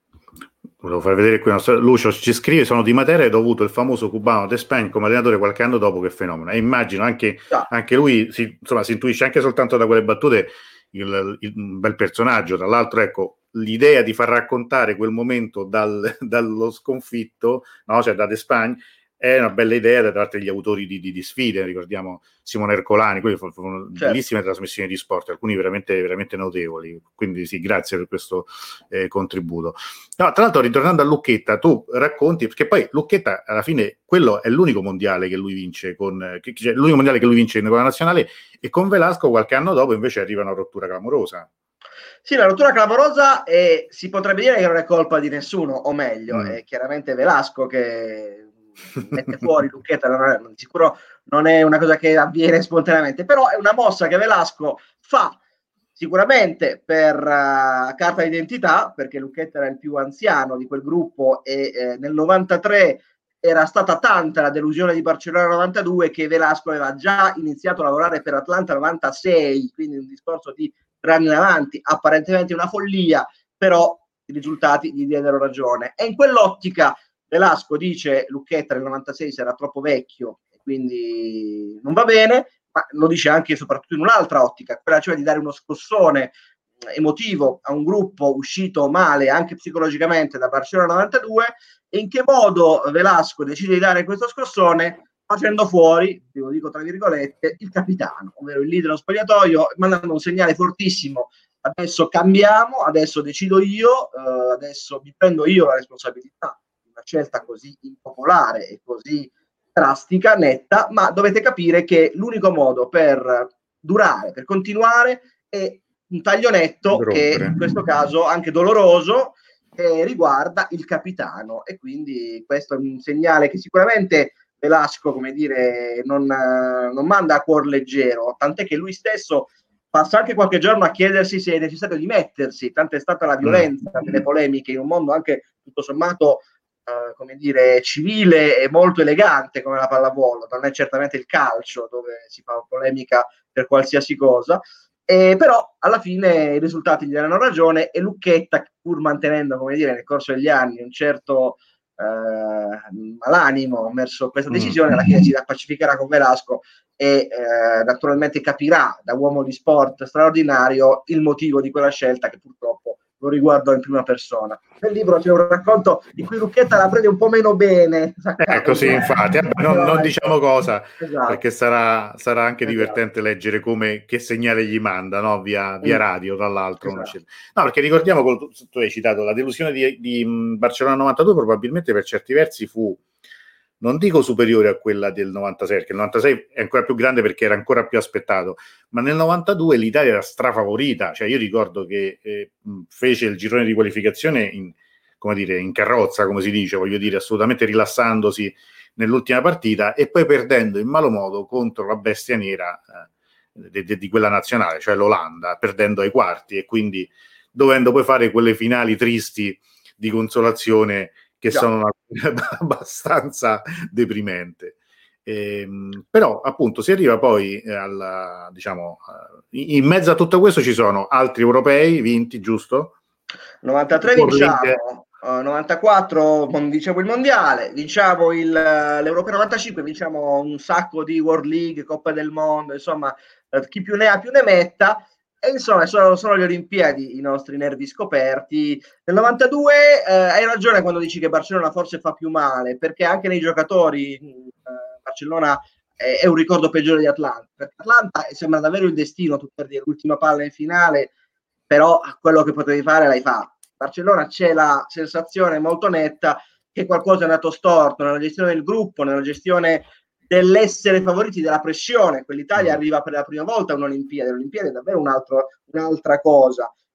Volevo far vedere qui, Lucio ci scrive: sono di Matera ed ho avuto il famoso cubano Despaigne come allenatore qualche anno dopo, che fenomeno. E immagino anche, ah. anche lui si, insomma, si intuisce anche soltanto da quelle battute il, il, un bel personaggio. Tra l'altro, ecco, l'idea di far raccontare quel momento dal, dallo sconfitto, no? Cioè da Despaigne, è una bella idea da parte degli autori di, di, di sfide, ricordiamo Simone Ercolani, quelli furono certo. bellissime trasmissioni di sport, alcuni veramente, veramente notevoli, quindi sì, grazie per questo eh, contributo. No, tra l'altro, ritornando a Lucchetta, tu racconti, perché poi Lucchetta alla fine quello è l'unico mondiale che lui vince con, che, cioè, l'unico mondiale che lui vince con la nazionale, e con Velasco qualche anno dopo invece arriva una rottura clamorosa. Sì, la rottura clamorosa, e si potrebbe dire che non è colpa di nessuno, o meglio, mm. è chiaramente Velasco che mette fuori Lucchetta, non è, di sicuro non è una cosa che avviene spontaneamente, però è una mossa che Velasco fa sicuramente per uh, carta d'identità, perché Lucchetta era il più anziano di quel gruppo e eh, nel novantatré era stata tanta la delusione di Barcellona novantadue che Velasco aveva già iniziato a lavorare per Atlanta novantasei, quindi un discorso di tre anni in avanti, apparentemente una follia, però i risultati gli diedero ragione. E in quell'ottica Velasco dice: Lucchetta nel novantasei sarà troppo vecchio e quindi non va bene, ma lo dice anche e soprattutto in un'altra ottica, quella cioè di dare uno scossone emotivo a un gruppo uscito male anche psicologicamente da Barcellona novantadue. E in che modo Velasco decide di dare questo scossone? Facendo fuori, lo dico tra virgolette, il capitano, ovvero il leader dello spogliatoio, mandando un segnale fortissimo: adesso cambiamo, adesso decido io, eh, adesso mi prendo io la responsabilità di una scelta così impopolare e così drastica, netta, ma dovete capire che l'unico modo per durare, per continuare, è un taglio netto che in questo caso anche doloroso, che riguarda il capitano. E quindi questo è un segnale che sicuramente Velasco, come dire, non, non manda a cuor leggero, tant'è che lui stesso passa anche qualche giorno a chiedersi se è necessario dimettersi, tanta è stata la violenza mm. delle polemiche in un mondo anche tutto sommato Uh, come dire, civile e molto elegante come la pallavolo, non è certamente il calcio dove si fa polemica per qualsiasi cosa, eh, però alla fine i risultati gli danno ragione, e Lucchetta, pur mantenendo, come dire, nel corso degli anni un certo uh, malanimo verso questa decisione, mm. alla fine si pacificherà con Velasco e uh, naturalmente capirà, da uomo di sport straordinario, il motivo di quella scelta che purtroppo lo riguardo in prima persona. Nel libro c'è un racconto in cui Lucchetta la prende un po' meno bene. È così, infatti, eh, non, non diciamo cosa, esatto. perché sarà, sarà anche esatto. divertente leggere come, che segnale gli manda, no? via, via radio, tra l'altro. Esatto. No, perché ricordiamo, tu hai citato la delusione di, di Barcellona novantadue, probabilmente per certi versi fu, non dico superiore a quella del novantasei, perché il novantasei è ancora più grande perché era ancora più aspettato, ma nel novantadue l'Italia era strafavorita. Cioè io ricordo che eh, fece il girone di qualificazione in, come dire, in carrozza, come si dice, voglio dire, assolutamente rilassandosi nell'ultima partita, e poi perdendo in malo modo contro la bestia nera eh, de, de, di quella nazionale, cioè l'Olanda, perdendo ai quarti, e quindi dovendo poi fare quelle finali tristi di consolazione che Già. sono abbastanza deprimente. Ehm, però appunto si arriva poi al, diciamo, in mezzo a tutto questo ci sono altri europei vinti, giusto? novantatré vinciamo, uh, novantaquattro vinciamo il mondiale, vinciamo il, l'Europeo novantacinque, vinciamo un sacco di World League, Coppa del Mondo, insomma uh, chi più ne ha più ne metta. E insomma sono, sono le Olimpiadi i nostri nervi scoperti. Nel novantadue eh, hai ragione quando dici che Barcellona forse fa più male, perché anche nei giocatori eh, Barcellona è, è un ricordo peggiore di Atlanta. Perché Atlanta sembra davvero il destino, tu per dire, l'ultima palla in finale, però quello che potevi fare l'hai fatto. Barcellona c'è la sensazione molto netta che qualcosa è andato storto nella gestione del gruppo, nella gestione dell'essere favoriti, della pressione. Quell'Italia arriva per la prima volta a un'Olimpiade, l'Olimpiade è davvero un altro, un'altra cosa,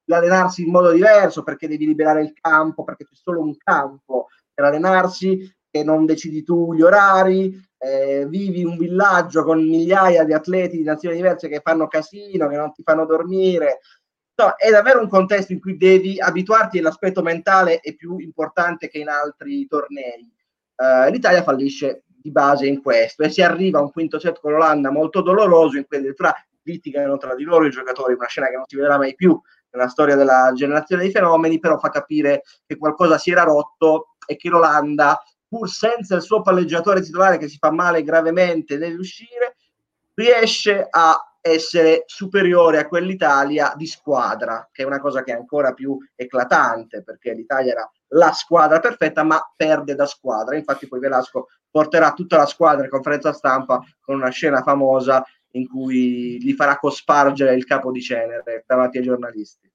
allenarsi in modo diverso, perché devi liberare il campo, perché c'è solo un campo per allenarsi, che non decidi tu gli orari, eh, vivi in un villaggio con migliaia di atleti di nazioni diverse che fanno casino, che non ti fanno dormire. No, è davvero un contesto in cui devi abituarti e l'aspetto mentale è più importante che in altri tornei. Uh, L'Italia fallisce di base in questo e si arriva a un quinto set con l'Olanda molto doloroso, in cui addirittura litigano tra di loro i giocatori, una scena che non si vedrà mai più nella storia della generazione dei fenomeni, però fa capire che qualcosa si era rotto e che l'Olanda, pur senza il suo palleggiatore titolare che si fa male gravemente nel uscire, riesce a essere superiore a quell'Italia di squadra, che è una cosa che è ancora più eclatante, perché l'Italia era la squadra perfetta, ma perde da squadra. Infatti poi Velasco porterà tutta la squadra in conferenza stampa con una scena famosa in cui gli farà cospargere il capo di cenere davanti ai giornalisti.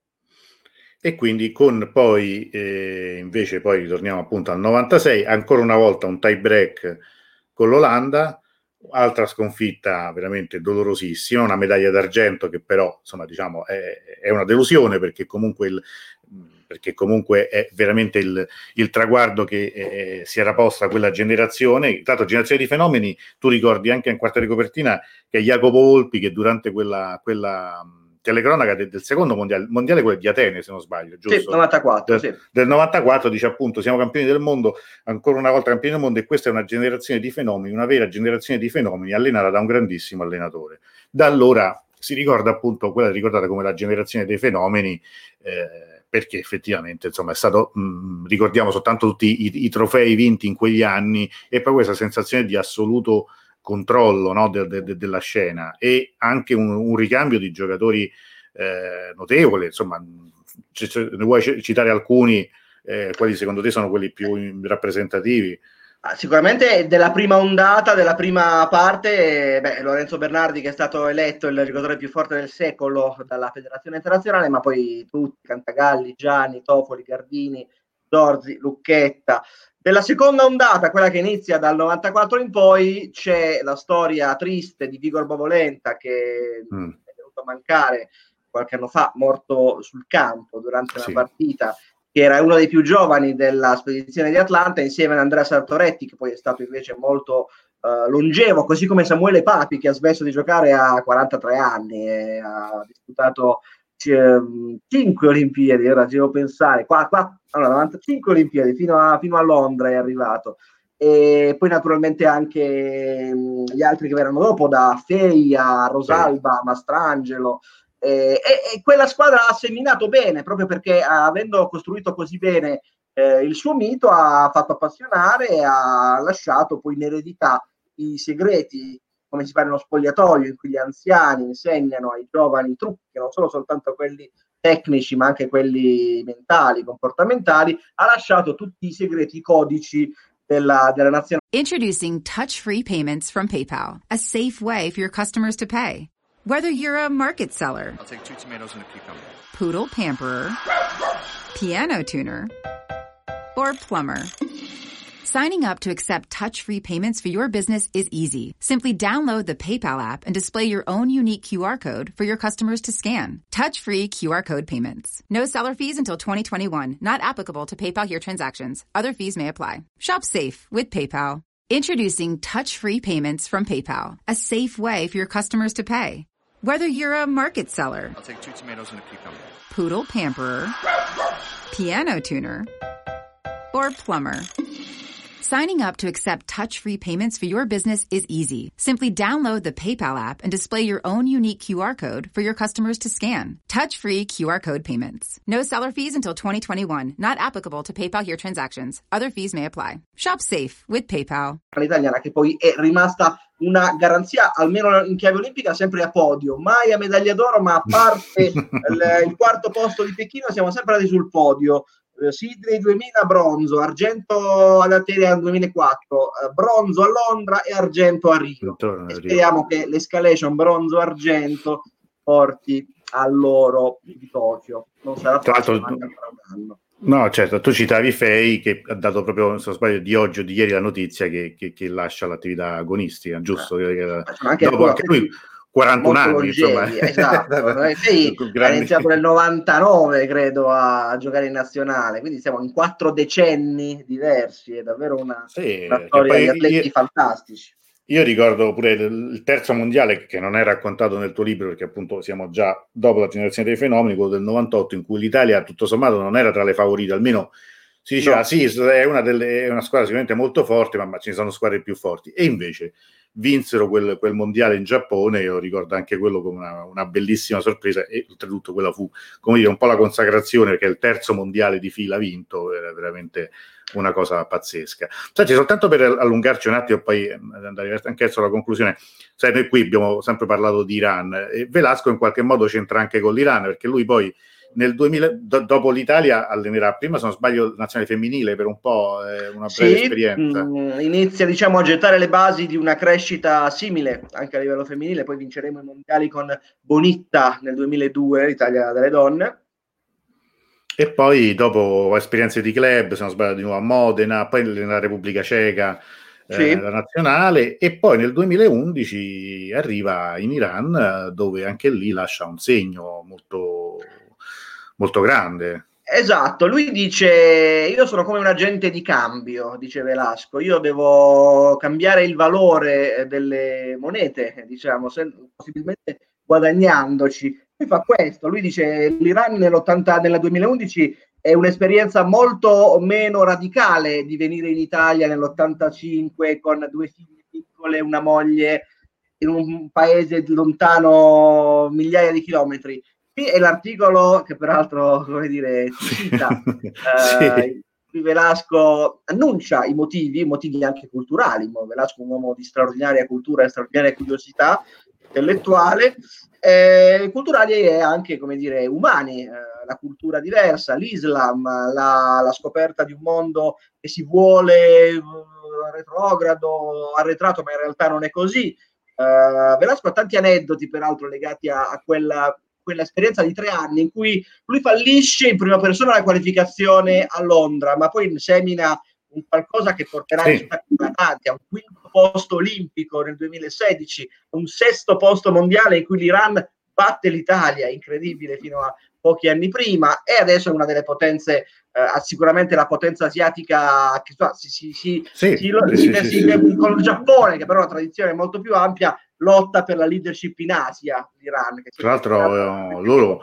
E quindi con poi eh, invece poi ritorniamo appunto al novantasei, ancora una volta un tie break con l'Olanda, altra sconfitta veramente dolorosissima, una medaglia d'argento che però insomma diciamo è, è una delusione, perché comunque il, perché comunque è veramente il, il traguardo che eh, si era posta quella generazione. Tra l'altro generazione di fenomeni, tu ricordi anche in quarta di copertina che Jacopo Volpi, che durante quella, quella telecronaca del, del secondo mondiale, mondiale quello di Atene se non sbaglio, giusto? Sì, novantaquattro, del, sì. del novantaquattro dice appunto siamo campioni del mondo, ancora una volta campioni del mondo, e questa è una generazione di fenomeni, una vera generazione di fenomeni allenata da un grandissimo allenatore. Da allora si ricorda appunto quella ricordata come la generazione dei fenomeni, eh, perché effettivamente insomma è stato, mh, ricordiamo soltanto tutti i, i trofei vinti in quegli anni e poi questa sensazione di assoluto controllo, no, de, de, de, della scena, e anche un, un ricambio di giocatori eh, notevole. Insomma, c- c- ne vuoi c- citare alcuni, eh, quali secondo te sono quelli più rappresentativi? Ah, sicuramente della prima ondata, della prima parte, beh, Lorenzo Bernardi, che è stato eletto il giocatore più forte del secolo dalla Federazione Internazionale, ma poi tutti, Cantagalli, Gianni, Tofoli, Gardini, Zorzi, Lucchetta. Della seconda ondata, quella che inizia dal novantaquattro in poi, c'è la storia triste di Vigor Bovolenta, che mm. è venuto a mancare qualche anno fa, morto sul campo durante una sì. partita, che era uno dei più giovani della spedizione di Atlanta, insieme ad Andrea Sartoretti, che poi è stato invece molto uh, longevo, così come Samuele Papi, che ha smesso di giocare a quarantatré anni e ha disputato cinque Olimpiadi, ora ci devo pensare, qua, qua, allora, novantacinque Olimpiadi, fino a, fino a Londra è arrivato. E poi naturalmente anche mh, gli altri che verranno dopo, da Fei a Rosalba, Mastrangelo. Eh, e, e quella squadra ha seminato bene, proprio perché avendo costruito così bene eh, il suo mito, ha fatto appassionare e ha lasciato poi in eredità i segreti, come si fa nello spogliatoio, in cui gli anziani insegnano ai giovani trucchi, non solo soltanto quelli tecnici ma anche quelli mentali, comportamentali. Ha lasciato tutti i segreti, i codici della, della nazione. Introducing touch-free payments from PayPal, a safe way for your customers to pay. Whether you're a market seller, I'll take two tomatoes and a cucumber, poodle pamperer, piano tuner, or plumber, signing up to accept touch-free payments for your business is easy. Simply download the PayPal app and display your own unique Q R code for your customers to scan. Touch-free Q R code payments. No seller fees until twenty twenty-one. Not applicable to PayPal here transactions. Other fees may apply. Shop safe with PayPal. Introducing touch-free payments from PayPal, a safe way for your customers to pay. Whether you're a market seller, I'll take two tomatoes and a cucumber, poodle pamperer, piano tuner, or plumber, signing up to accept touch-free payments for your business is easy. Simply download the PayPal app and display your own unique Q R code for your customers to scan. Touch-free Q R code payments. No seller fees until twenty twenty-one. Not applicable to PayPal here transactions. Other fees may apply. Shop safe with PayPal. L'italiana, che poi è rimasta una garanzia, almeno in chiave olimpica, sempre a podio, mai a medaglia d'oro, ma a parte il, il quarto posto di Pechino siamo sempre andati sul podio. Sydney duemila bronzo, argento ad Atene nel duemilaquattro, eh, bronzo a Londra e argento a Rio. E speriamo che l'escalation bronzo-argento porti all'oro di Tokyo. Non sarà facile, ma anche un anno. No, certo, tu citavi Fei, che ha dato proprio, se non sbaglio, di oggi o di ieri la notizia che, che, che lascia l'attività agonistica, giusto? Eh, che, anche dopo anche lui quarantuno molto anni, insomma. longevi, esatto. Lei ha iniziato nel novantanove, credo, a giocare in nazionale, quindi siamo in quattro decenni diversi, è davvero una, sì, una storia poi di atleti io, fantastici. Io ricordo pure il, il terzo mondiale, che non è raccontato nel tuo libro, perché appunto siamo già dopo la generazione dei fenomeni, quello del novantotto, in cui l'Italia tutto sommato non era tra le favorite, almeno si diceva No. sì, è una, delle, è una squadra sicuramente molto forte, ma, ma ci sono squadre più forti, e invece vinsero quel, quel mondiale in Giappone. Io ricordo anche quello come una, una bellissima sorpresa, e oltretutto quella fu, come dire, un po' la consacrazione, perché il terzo mondiale di fila vinto era veramente una cosa pazzesca. Senti, soltanto per allungarci un attimo e poi andare anche verso la conclusione, sai, noi qui abbiamo sempre parlato di Iran, e Velasco in qualche modo c'entra anche con l'Iran, perché lui poi nel duemila, do, dopo l'Italia allenerà prima, se non sbaglio, la nazionale femminile per un po', eh, una breve sì, esperienza. Mh, inizia, diciamo, a gettare le basi di una crescita simile anche a livello femminile. Poi vinceremo i mondiali con Bonitta nel duemiladue, l'Italia delle donne. E poi dopo esperienze di club, se non sbaglio, di nuovo a Modena, poi nella Repubblica Ceca, sì. eh, la nazionale, e poi nel duemilaundici arriva in Iran, dove anche lì lascia un segno molto, molto grande. Esatto, lui dice: io sono come un agente di cambio, dice Velasco, io devo cambiare il valore delle monete, diciamo, se, possibilmente guadagnandoci. Lui fa questo, lui dice l'Iran nell'ottanta, nel duemilaundici è un'esperienza molto meno radicale di venire in Italia nell'ottantacinque con due figlie piccole, una moglie, in un paese lontano migliaia di chilometri. È l'articolo che peraltro, come dire, cita, eh, sì. Velasco annuncia i motivi, motivi anche culturali. Velasco è un uomo di straordinaria cultura e straordinaria curiosità intellettuale, eh, culturali e anche, come dire, umani, eh, la cultura diversa, l'Islam, la, la scoperta di un mondo che si vuole uh, retrogrado, arretrato, ma in realtà non è così. Uh, Velasco ha tanti aneddoti, peraltro, legati a, a quella quell'esperienza di tre anni in cui lui fallisce in prima persona la qualificazione a Londra, ma poi semina un qualcosa che porterà sì. risultati eclatanti, a un quinto posto olimpico nel duemilasedici, un sesto posto mondiale in cui l'Iran batte l'Italia, incredibile, fino a pochi anni prima, e adesso è una delle potenze, eh, sicuramente la potenza asiatica che si, si, si, sì, si, sì, si, sì, si, sì. con il Giappone, che però ha una tradizione molto più ampia, lotta per la leadership in Asia, l'Iran. Che tra l'altro eh, loro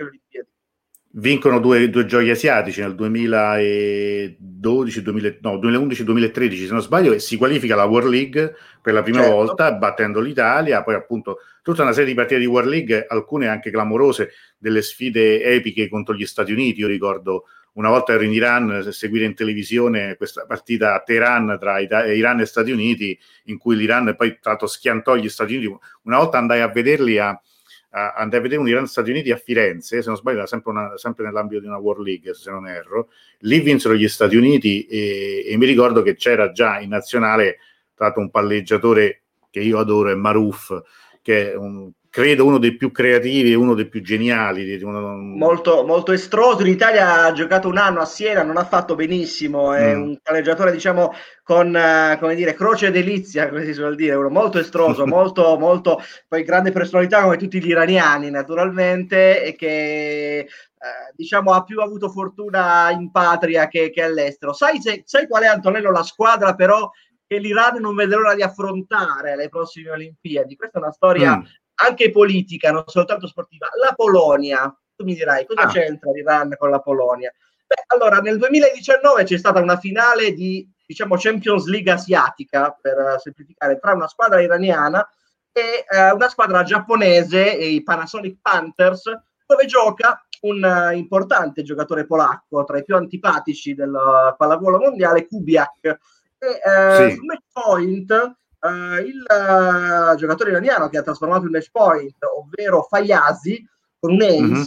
vincono due, due giochi asiatici nel duemiladodici, duemila, no, duemilaundici duemilatredici, se non sbaglio, e si qualifica alla World League per la prima certo. volta, battendo l'Italia. Poi appunto tutta una serie di partite di World League, alcune anche clamorose, delle sfide epiche contro gli Stati Uniti. Io ricordo una volta ero in Iran a seguire in televisione questa partita a Teheran tra Ita- Iran e Stati Uniti, in cui l'Iran poi tra l'altro schiantò gli Stati Uniti. Una volta andai a vederli a, a andai a vedere un Iran-Stati Uniti a Firenze, se non sbaglio era sempre, una, sempre nell'ambito di una World League, se non erro. Lì vinsero gli Stati Uniti e, e mi ricordo che c'era già in nazionale tra l'altro un palleggiatore che io adoro, è Maruf, che è un credo uno dei più creativi e uno dei più geniali. Uno... Molto, molto estroso. In Italia ha giocato un anno a Siena, non ha fatto benissimo. È mm. un palleggiatore, diciamo, con uh, come dire, croce e delizia, come si suol dire. Uno molto estroso, molto, molto, poi grande personalità come tutti gli iraniani, naturalmente, e che uh, diciamo ha più avuto fortuna in patria che, che all'estero. Sai, se, sai qual è, Antonello, la squadra però che l'Iran non vede l'ora di affrontare alle prossime Olimpiadi? Questa è una storia mm. anche politica, non soltanto sportiva. La Polonia, tu mi dirai cosa ah. c'entra l'Iran con la Polonia? Beh, allora nel duemiladiciannove c'è stata una finale di, diciamo, Champions League asiatica, per semplificare, tra una squadra iraniana e eh, una squadra giapponese, i Panasonic Panthers, dove gioca un uh, importante giocatore polacco, tra i più antipatici del uh, pallavolo mondiale, Kubiak. E uh, sì. Su match point Uh, il uh, giocatore iraniano che ha trasformato il match point, ovvero Fayazi, con un ace, mm-hmm.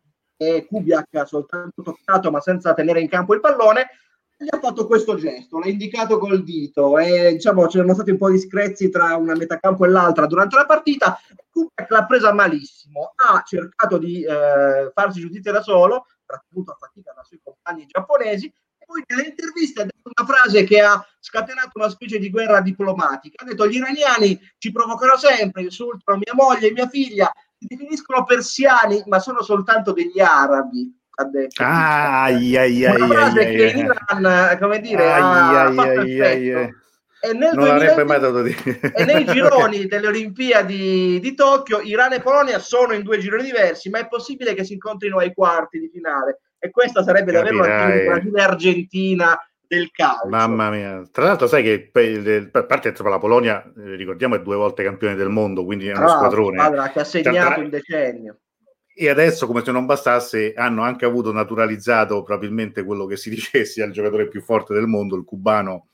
e Kubiak ha soltanto toccato ma senza tenere in campo il pallone, gli ha fatto questo gesto, l'ha indicato col dito e diciamo c'erano stati un po' di screzi tra una metacampo e l'altra durante la partita. Kubiak l'ha presa malissimo, ha cercato di eh, farsi giustizia da solo, trattenuto a fatica dai suoi compagni giapponesi, Poi nelle interviste ha detto una frase che ha scatenato una specie di guerra diplomatica. Ha detto: gli iraniani ci provocano sempre, insultano mia moglie e mia figlia, si definiscono persiani, ma sono soltanto degli arabi. Ha detto. Ah, ai, ai, una ai, frase ai, che ai, in Iran, come dire, ai, ha ai, fatto ai, effetto. ai. E nel Non l'avrebbe mai duemilaventi dato dire. e nei gironi delle Olimpiadi di Tokyo, Iran e Polonia sono in due gironi diversi, ma è possibile che si incontrino ai quarti di finale. E questa sarebbe davvero una specie di Capirai. Brasile-Argentina del calcio. Mamma mia. Tra l'altro sai che per, a parte insomma, la Polonia, eh, ricordiamo, è due volte campione del mondo, quindi è uno Tra l'altro, squadrone. squadra che ha segnato Tra- il decennio. E adesso, come se non bastasse, hanno anche avuto naturalizzato probabilmente quello che si dice sia il giocatore più forte del mondo, il cubano.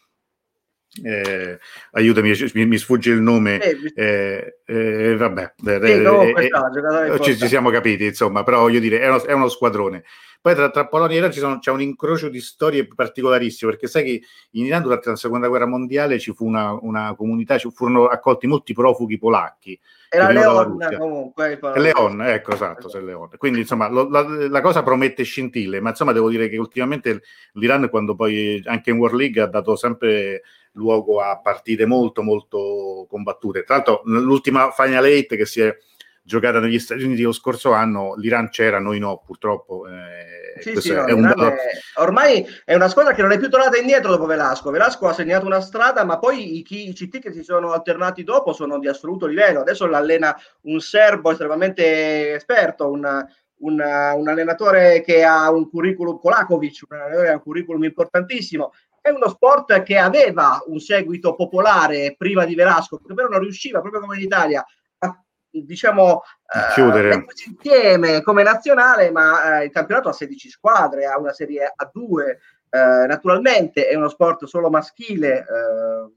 Eh, aiutami, mi, mi sfugge il nome. Eh, eh, vabbè, Sì, comunque eh, sta, eh, ci, ci siamo capiti, insomma, però voglio dire, è uno, è uno squadrone. Poi tra, tra Polonia e Iran ci sono, c'è un incrocio di storie particolarissimo, perché sai che in Iran durante la seconda guerra mondiale ci fu una, una comunità, ci furono accolti molti profughi polacchi. Era Leon comunque. Leon, ecco, esatto, esatto. Leon. Quindi insomma lo, la, la cosa promette scintille, ma insomma devo dire che ultimamente l'Iran, quando poi anche in World League ha dato sempre luogo a partite molto molto combattute. Tra l'altro l'ultima Final Eight che si è giocata negli Stati Uniti lo scorso anno, l'Iran c'era, noi no, purtroppo. Eh, sì, sì, è, no, è un bello... è, ormai è una squadra che non è più tornata indietro dopo Velasco. Velasco ha segnato una strada, ma poi i, i C T che si sono alternati dopo sono di assoluto livello. Adesso l'allena un serbo estremamente esperto, un, un, un allenatore che ha un curriculum, Kolakovic, un allenatore che ha un curriculum importantissimo. È uno sport che aveva un seguito popolare prima di Velasco, perché però non riusciva, proprio come in Italia, a diciamo chiudere uh, insieme come nazionale, ma uh, il campionato ha sedici squadre, ha una serie A due, uh, naturalmente è uno sport solo maschile, uh,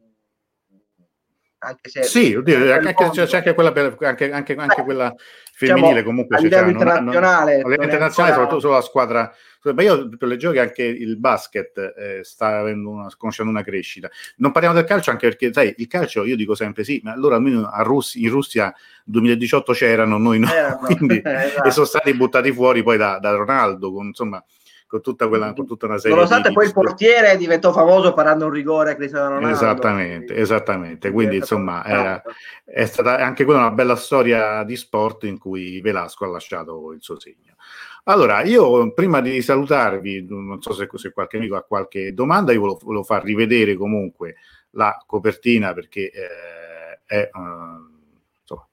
anche se sì, oddio, anche, c'è, c'è anche quella, anche, anche, anche quella femminile, diciamo, comunque a livello cioè, internazionale, non, non, non internazionale ancora... soprattutto solo la squadra. Ma io leggevo che anche il basket eh, sta avendo una, conoscendo una crescita. Non parliamo del calcio anche perché, sai, il calcio io dico sempre sì, ma allora almeno a Russi, in Russia duemiladiciotto c'erano, noi no, eh, quindi, no. Esatto. E sono stati buttati fuori poi da, da Ronaldo, con, insomma, con tutta, quella, con tutta una serie nonostante di... poi il portiere diventò famoso parando un rigore a Cristiano Ronaldo. Esattamente, quindi, esattamente. Quindi insomma era, è stata anche quella una bella storia di sport in cui Velasco ha lasciato il suo segno. Allora, io prima di salutarvi, non so se, se qualche amico ha qualche domanda, io volevo, volevo far rivedere comunque la copertina perché eh, è uh, insomma,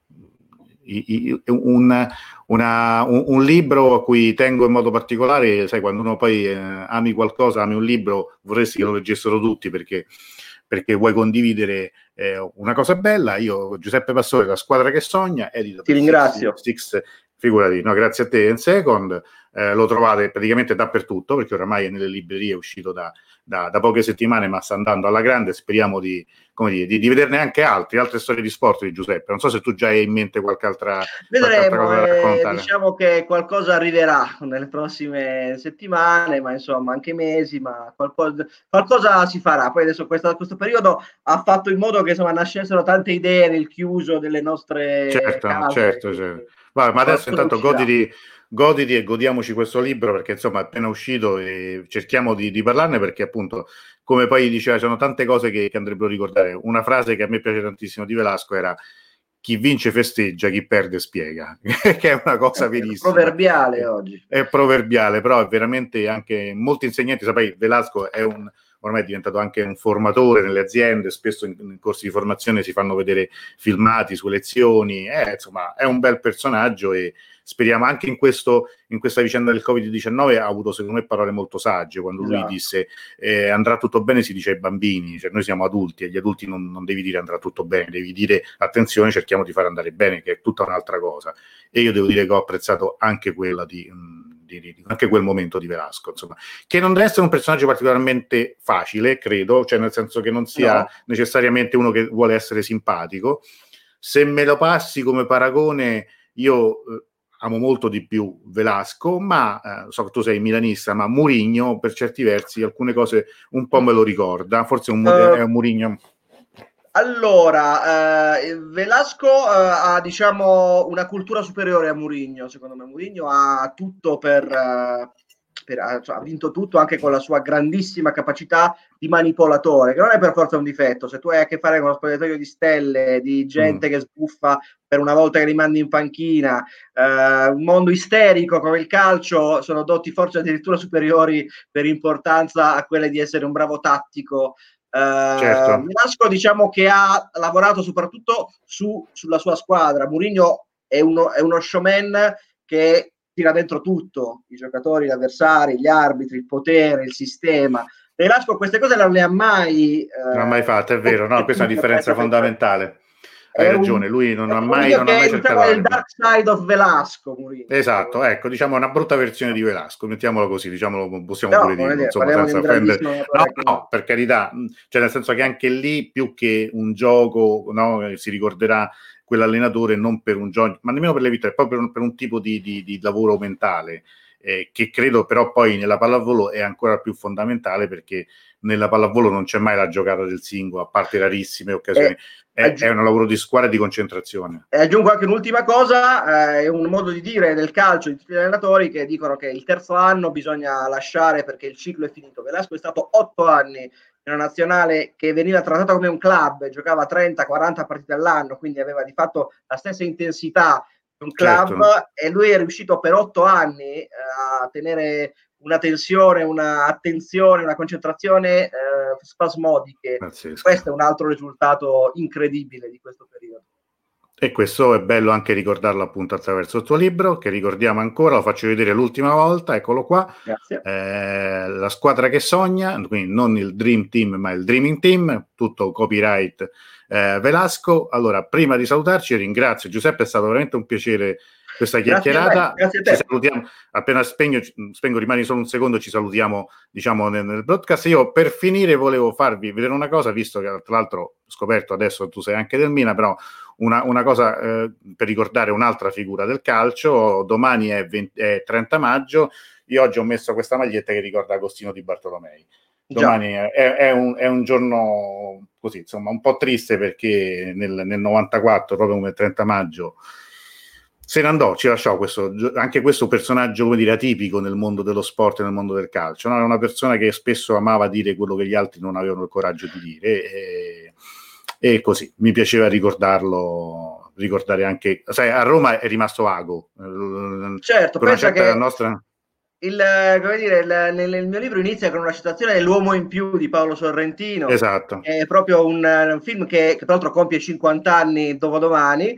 i, i, un, una, un, un libro a cui tengo in modo particolare. Sai, quando uno poi eh, ami qualcosa, ami un libro, vorresti che lo leggessero tutti perché, perché vuoi condividere eh, una cosa bella. Io, Giuseppe Pastore, La squadra che sogna, edito. Ti ringrazio. Six, Six, figurati, no, grazie a te. In Second eh, lo trovate praticamente dappertutto perché oramai è nelle librerie, è uscito da, da, da poche settimane, ma sta andando alla grande. Speriamo di, come dire, di, di vederne anche altri, altre storie di sport di Giuseppe. Non so se tu già hai in mente qualche altra, vedremo, qualche altra cosa da raccontare. Eh, diciamo che qualcosa arriverà nelle prossime settimane, ma insomma anche mesi, ma qualcosa, qualcosa si farà. Poi adesso questo, questo periodo ha fatto in modo che insomma nascessero tante idee nel chiuso delle nostre certo, case. certo, certo. Va, ma adesso intanto goditi, goditi e godiamoci questo libro perché insomma è appena uscito e cerchiamo di, di parlarne perché appunto, come poi diceva, ci sono tante cose che, che andrebbero ricordare. Una frase che a me piace tantissimo di Velasco era: chi vince festeggia, chi perde spiega, che è una cosa verissima. È proverbiale oggi. È proverbiale, però è veramente anche molti insegnanti, sapete, Velasco è un ormai è diventato anche un formatore nelle aziende, spesso in, in corsi di formazione si fanno vedere filmati su lezioni, eh, insomma è un bel personaggio e speriamo anche in questo in questa vicenda del covid diciannove ha avuto secondo me parole molto sagge quando lui esatto. disse eh, andrà tutto bene, si dice ai bambini, cioè noi siamo adulti e agli adulti non, non devi dire andrà tutto bene, devi dire attenzione, cerchiamo di far andare bene, che è tutta un'altra cosa. E io devo dire che ho apprezzato anche quella di, di, di anche quel momento di Velasco, insomma, che non deve essere un personaggio particolarmente facile, credo, cioè nel senso che non sia no. necessariamente uno che vuole essere simpatico. Se me lo passi come paragone, io eh, amo molto di più Velasco, ma eh, so che tu sei milanista, ma Mourinho per certi versi alcune cose un po' me lo ricorda, forse un, uh, è un Mourinho. Allora, eh, Velasco eh, ha diciamo una cultura superiore a Mourinho, secondo me. Mourinho ha tutto per, eh, per, cioè, ha vinto tutto anche con la sua grandissima capacità di manipolatore, che non è per forza un difetto. Se tu hai a che fare con uno spogliatoio di stelle, di gente mm. che sbuffa per una volta che li mandi in panchina, eh, un mondo isterico come il calcio, sono doti forse addirittura superiori per importanza a quelle di essere un bravo tattico. Uh, certo. Velasco, diciamo che ha lavorato soprattutto su, sulla sua squadra. Mourinho è uno, è uno showman che tira dentro tutto, i giocatori, gli avversari, gli arbitri, il potere, il sistema. Velasco queste cose non le ha mai uh, non ha mai fatte, è vero, no, questa è una differenza fondamentale. Hai è ragione, un, lui non ha mai, non ha mai cercato il dark side of Velasco, Mourinho. Esatto, ecco, diciamo una brutta versione di Velasco, mettiamolo così, diciamolo, possiamo no, pure dire, dire, insomma, senza offendere. No, no, per carità, cioè nel senso che anche lì più che un gioco, no, si ricorderà quell'allenatore non per un gioco, ma nemmeno per le vittorie, proprio per un, per un tipo di, di, di lavoro mentale, eh, che credo però poi nella pallavolo è ancora più fondamentale, perché nella pallavolo non c'è mai la giocata del singolo, a parte rarissime occasioni. Eh, è, è un lavoro di squadra e di concentrazione. E aggiungo anche un'ultima cosa, eh, è un modo di dire del calcio di tutti gli allenatori che dicono che il terzo anno bisogna lasciare perché il ciclo è finito. Velasco è stato otto anni in una nazionale che veniva trattata come un club, giocava trenta quaranta partite all'anno, quindi aveva di fatto la stessa intensità di un club, certo. E lui è riuscito per otto anni eh, a tenere una tensione, una attenzione, una concentrazione eh, spasmodiche. Pazzesco. Questo è un altro risultato incredibile di questo periodo. E questo è bello anche ricordarlo appunto attraverso il tuo libro, che ricordiamo ancora, lo faccio vedere l'ultima volta, eccolo qua. Grazie. Eh, la squadra che sogna, quindi non il Dream Team ma il Dreaming Team, tutto copyright eh, Velasco. Allora, prima di salutarci ringrazio Giuseppe, è stato veramente un piacere questa chiacchierata. Grazie a te, grazie a te. Ci salutiamo, appena spengo, spengo rimani solo un secondo, ci salutiamo diciamo nel, nel broadcast. Io per finire volevo farvi vedere una cosa, visto che tra l'altro ho scoperto adesso tu sei anche del Milan, però una, una cosa eh, per ricordare un'altra figura del calcio. Domani è, venti, è trenta maggio, io oggi ho messo questa maglietta che ricorda Agostino Di Bartolomei. Domani è, è, un, è un giorno così, insomma, un po' triste, perché nel, nel novantaquattro, proprio come il trenta maggio, se ne andò, ci lasciò questo, anche questo personaggio, come dire, atipico nel mondo dello sport e nel mondo del calcio, no? Era una persona che spesso amava dire quello che gli altri non avevano il coraggio di dire, e, e così mi piaceva ricordarlo, ricordare anche, sai, a Roma è rimasto vago. Certo, pensa che nostra... il, come dire, il, nel, nel mio libro inizia con una citazione dell'Uomo in più di Paolo Sorrentino. Esatto. È proprio un, un film che, che peraltro compie cinquanta anni dopodomani,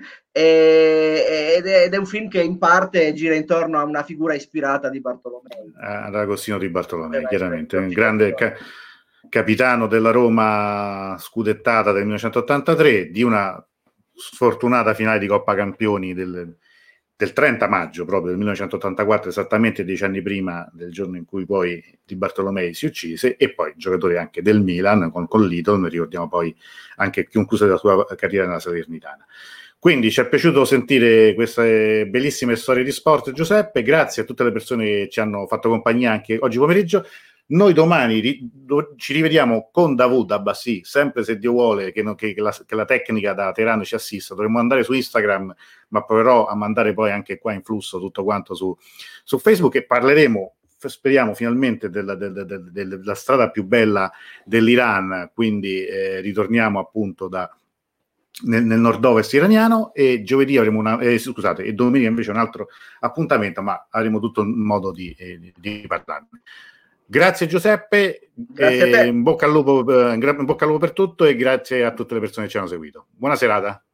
e, ed, è, ed è un film che in parte gira intorno a una figura ispirata di Bartolomei. Ad Agostino Di Bartolomei, chiaramente, un grande ca- capitano della Roma scudettata del millenovecentottantatré, di una sfortunata finale di Coppa Campioni del del trenta maggio proprio del millenovecentottantaquattro, esattamente dieci anni prima del giorno in cui poi Di Bartolomei si uccise, e poi giocatore anche del Milan con, con l'Ito, ne ricordiamo poi anche conclusa la sua carriera nella Salernitana. Quindi ci è piaciuto sentire queste bellissime storie di sport, Giuseppe, grazie a tutte le persone che ci hanno fatto compagnia anche oggi pomeriggio. Noi domani ri- do- ci rivediamo con Davud Abbassi, sempre se Dio vuole che, no, che, che, la, che la tecnica da Teheran ci assista. Dovremmo andare su Instagram, ma proverò a mandare poi anche qua in flusso tutto quanto su, su Facebook, e parleremo, speriamo, finalmente della, della, della, della strada più bella dell'Iran, quindi eh, ritorniamo appunto da nel, nel nord-ovest iraniano, e giovedì avremo una eh, scusate, e domenica invece un altro appuntamento, ma avremo tutto il modo di, eh, di parlarne. Grazie Giuseppe, grazie eh, in bocca al lupo, eh, in bocca al lupo per tutto, e grazie a tutte le persone che ci hanno seguito. Buona serata.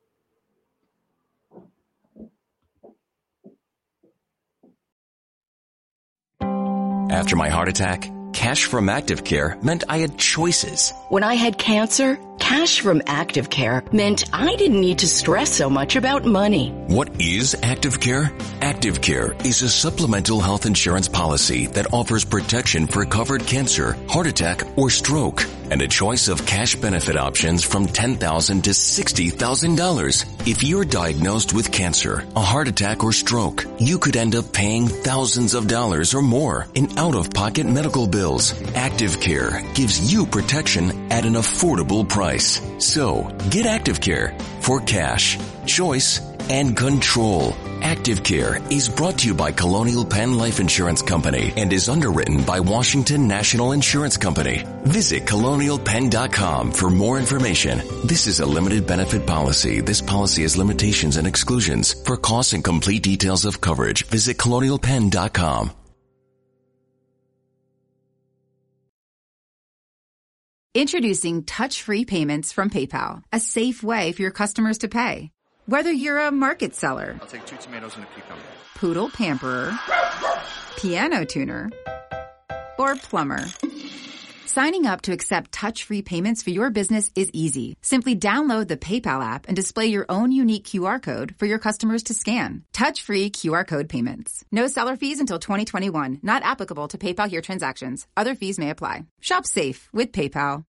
After my heart attack, cash from ActiveCare meant I had choices. When I had cancer, cash from ActiveCare meant I didn't need to stress so much about money. What is ActiveCare? ActiveCare is a supplemental health insurance policy that offers protection for covered cancer, heart attack, or stroke, and a choice of cash benefit options from ten thousand dollars to sixty thousand dollars. If you're diagnosed with cancer, a heart attack, or stroke, you could end up paying thousands of dollars or more in out-of-pocket medical bills. ActiveCare gives you protection at an affordable price. So, get ActiveCare for cash, choice, and control. Active Care is brought to you by Colonial Penn Life Insurance Company and is underwritten by Washington National Insurance Company. Visit colonial penn dot com for more information. This is a limited benefit policy. This policy has limitations and exclusions. For costs and complete details of coverage, visit colonial penn dot com. Introducing touch-free payments from PayPal, a safe way for your customers to pay. Whether you're a market seller, I'll take two tomatoes and a cucumber. poodle pamperer, piano tuner, or plumber, signing up to accept touch-free payments for your business is easy. Simply download the PayPal app and display your own unique Q R code for your customers to scan. Touch-free Q R code payments. No seller fees until twenty twenty-one. Not applicable to PayPal Here transactions. Other fees may apply. Shop safe with PayPal.